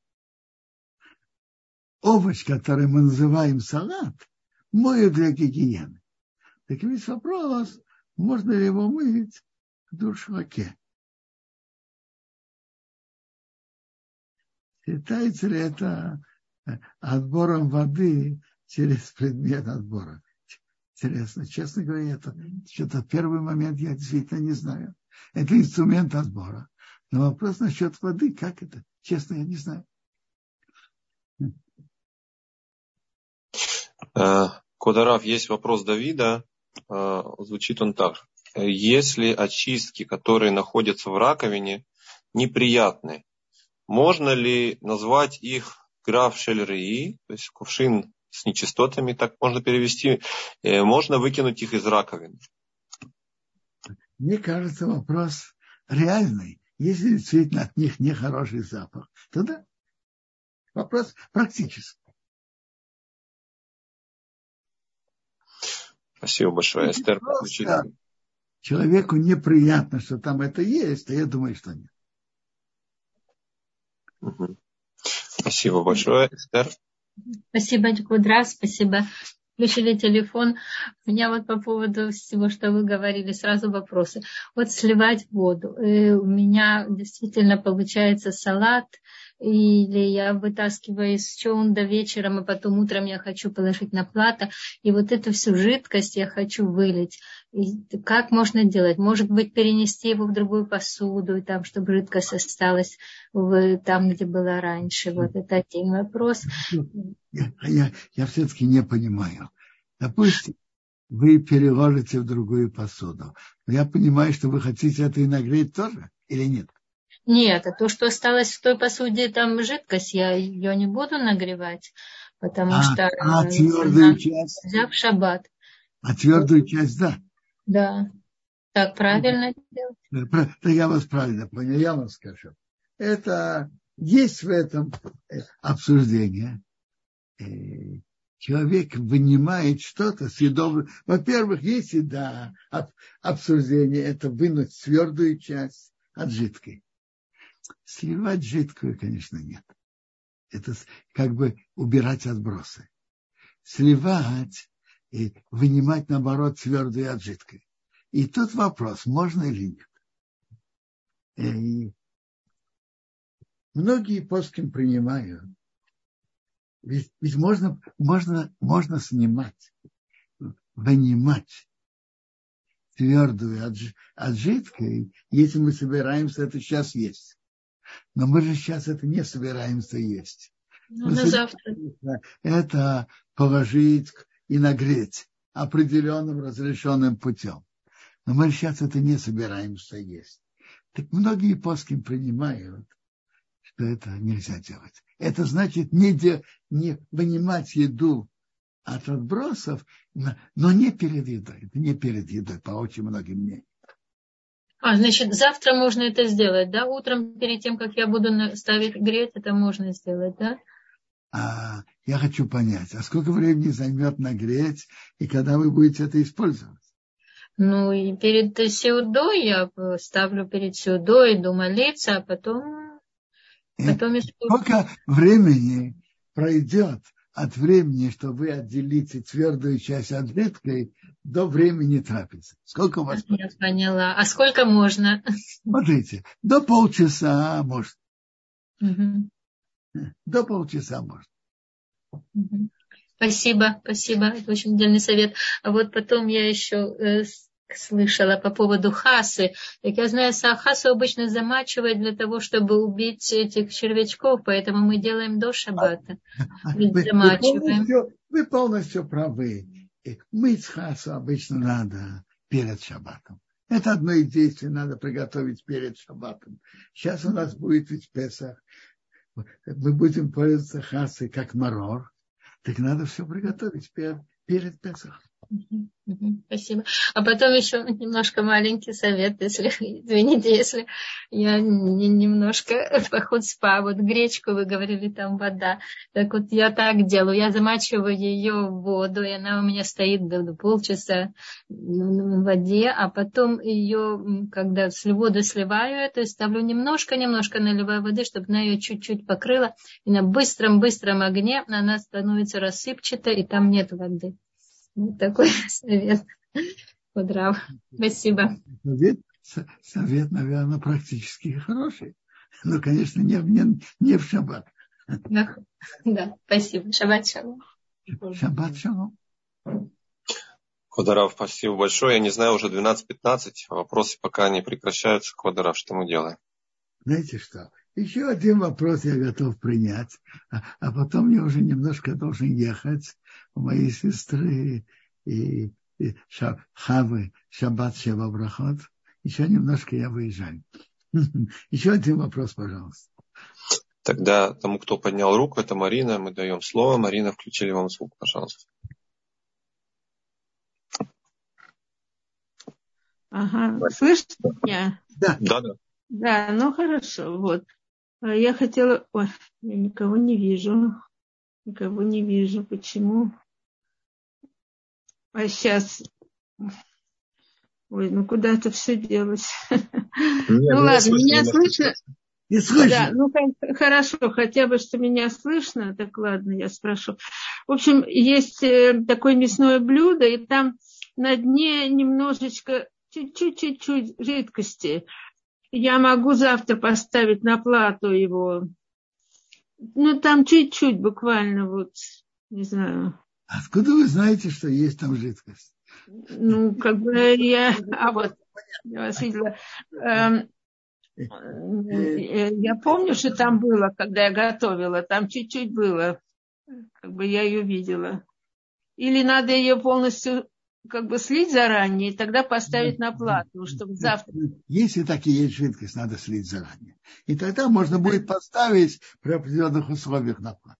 Овощ, который мы называем салат, моют для гигиены. Так ведь вопрос, можно ли его мыть в дуршлаге? Считается ли это отбором воды через предмет отбора. Интересно, честно говоря, это что-то первый момент я действительно не знаю. Это инструмент отбора. Но вопрос насчет воды, как это? Честно, я не знаю. Квадарав, есть вопрос Давида. Звучит он так. Если очистки, которые находятся в раковине, неприятны, можно ли назвать их граф шель-реи, то есть кувшин с нечистотами, так можно перевести, можно выкинуть их из раковины? Мне кажется, вопрос реальный. Если действительно от них нехороший запах, то да. Вопрос практический. Спасибо большое, Эстер. Человеку неприятно, что там это есть, а я думаю, что нет. Спасибо большое, Эстер. Спасибо, Квадрав, спасибо. Включили телефон. У меня вот по поводу всего, что вы говорили, сразу вопросы. Вот сливать воду. У меня действительно получается салат, или я вытаскиваю из чоунда вечером, а потом утром я хочу положить на плату, и вот эту всю жидкость я хочу вылить. И как можно делать? Может быть, перенести его в другую посуду, и там, чтобы жидкость осталась там, где была раньше. Вот это один вопрос. Я все-таки не понимаю. Допустим, вы переложите в другую посуду. Но я понимаю, что вы хотите это и нагреть тоже, или нет? Нет, а то, что осталось в той посуде, там жидкость, я ее не буду нагревать, потому что твердую часть? В шаббат. А твердую часть, да. Да. Так правильно делать? Да, я вас правильно понял, я вам скажу. Это есть в этом обсуждение. Человек вынимает что-то съедобное. Во-первых, если да, обсуждение, это вынуть твердую часть от жидкой. Сливать жидкую, конечно, нет. Это как бы убирать отбросы. Сливать и вынимать, наоборот, твердую от жидкой. И тут вопрос, можно или нет. И многие поским принимают. Ведь можно снимать, вынимать твердую от жидкой, если мы собираемся это сейчас есть. Но мы же сейчас это не собираемся есть. На завтра. Это положить и нагреть определенным разрешенным путем. Но мы сейчас это не собираемся есть. Так многие поским принимают, что это нельзя делать. Это значит не вынимать еду от отбросов, но не перед едой. Это не перед едой, по очень многим мнениям. Значит, завтра можно это сделать, да? Утром, перед тем, как я буду ставить греть, это можно сделать, да? Я хочу понять, а сколько времени займет нагреть, и когда вы будете это использовать? Ну, и перед сеудой я ставлю перед сеудой, иду молиться, а потом Сколько времени пройдет от времени, что вы отделите твердую часть от жидкой, до времени трапезы? Сколько у вас? Я поняла. А сколько можно? Смотрите, до полчаса можно. Угу. До полчаса можно. Угу. Спасибо. Это очень дельный совет. А вот потом я еще слышала по поводу хасы. Так я знаю, хасу обычно замачивают для того, чтобы убить этих червячков, поэтому мы делаем до шаббата. Вы полностью правы. Мыть хасу обычно надо перед шаббатом. Это одно из действий надо приготовить перед шаббатом. Сейчас у нас будет ведь Песах. Мы будем пользоваться хасой как марор. Так надо все приготовить перед Песахом. Спасибо. А потом еще немножко маленький совет, извините, если я немножко по-хуцпа, вот гречку вы говорили, там вода. Так вот я так делаю, я замачиваю ее в воду, и она у меня стоит до полчаса в воде, а потом ее, когда воду сливаю, это ставлю немножко наливаю воды, чтобы она ее чуть-чуть покрыла, и на быстром огне она становится рассыпчатой, и там нет воды. Вот такой совет. Квадрав. Спасибо. Совет, наверное, практически хороший. Но, конечно, не в шаббат. Да, спасибо. Шаббат шалом. Шаббат шалом. Квадарав, спасибо большое. Я не знаю, уже 12:15. Вопросы пока не прекращаются. Квадарав, что мы делаем? Знаете что? Еще один вопрос я готов принять. А потом я уже немножко должен ехать у моей сестры и Хавы Шаббат Шева Брахот. Еще немножко я выезжаю. Еще один вопрос, пожалуйста. Тогда тому, кто поднял руку, это Марина. Мы даем слово. Марина, включили вам звук, пожалуйста. Ага, слышите меня? Да. Да, ну хорошо, вот. Я хотела... Ой, я никого не вижу. Почему? А сейчас... Ой, ну куда это все делось? Ну ладно, меня слышно? Не слышно. Да, ну хорошо, хотя бы, что меня слышно, так ладно, я спрошу. В общем, есть такое мясное блюдо, и там на дне немножечко, чуть-чуть жидкости. Я могу завтра поставить на плату его. Ну, там чуть-чуть, буквально, вот, не знаю. Откуда вы знаете, что есть там жидкость? Ну, как бы я вас видела. Я помню, что там было, когда я готовила. Там чуть-чуть было. Как бы я ее видела. Или надо ее полностью как бы слить заранее и тогда поставить на плату, чтобы завтра... Если так и есть жидкость, надо слить заранее. И тогда можно будет поставить при определенных условиях на плату.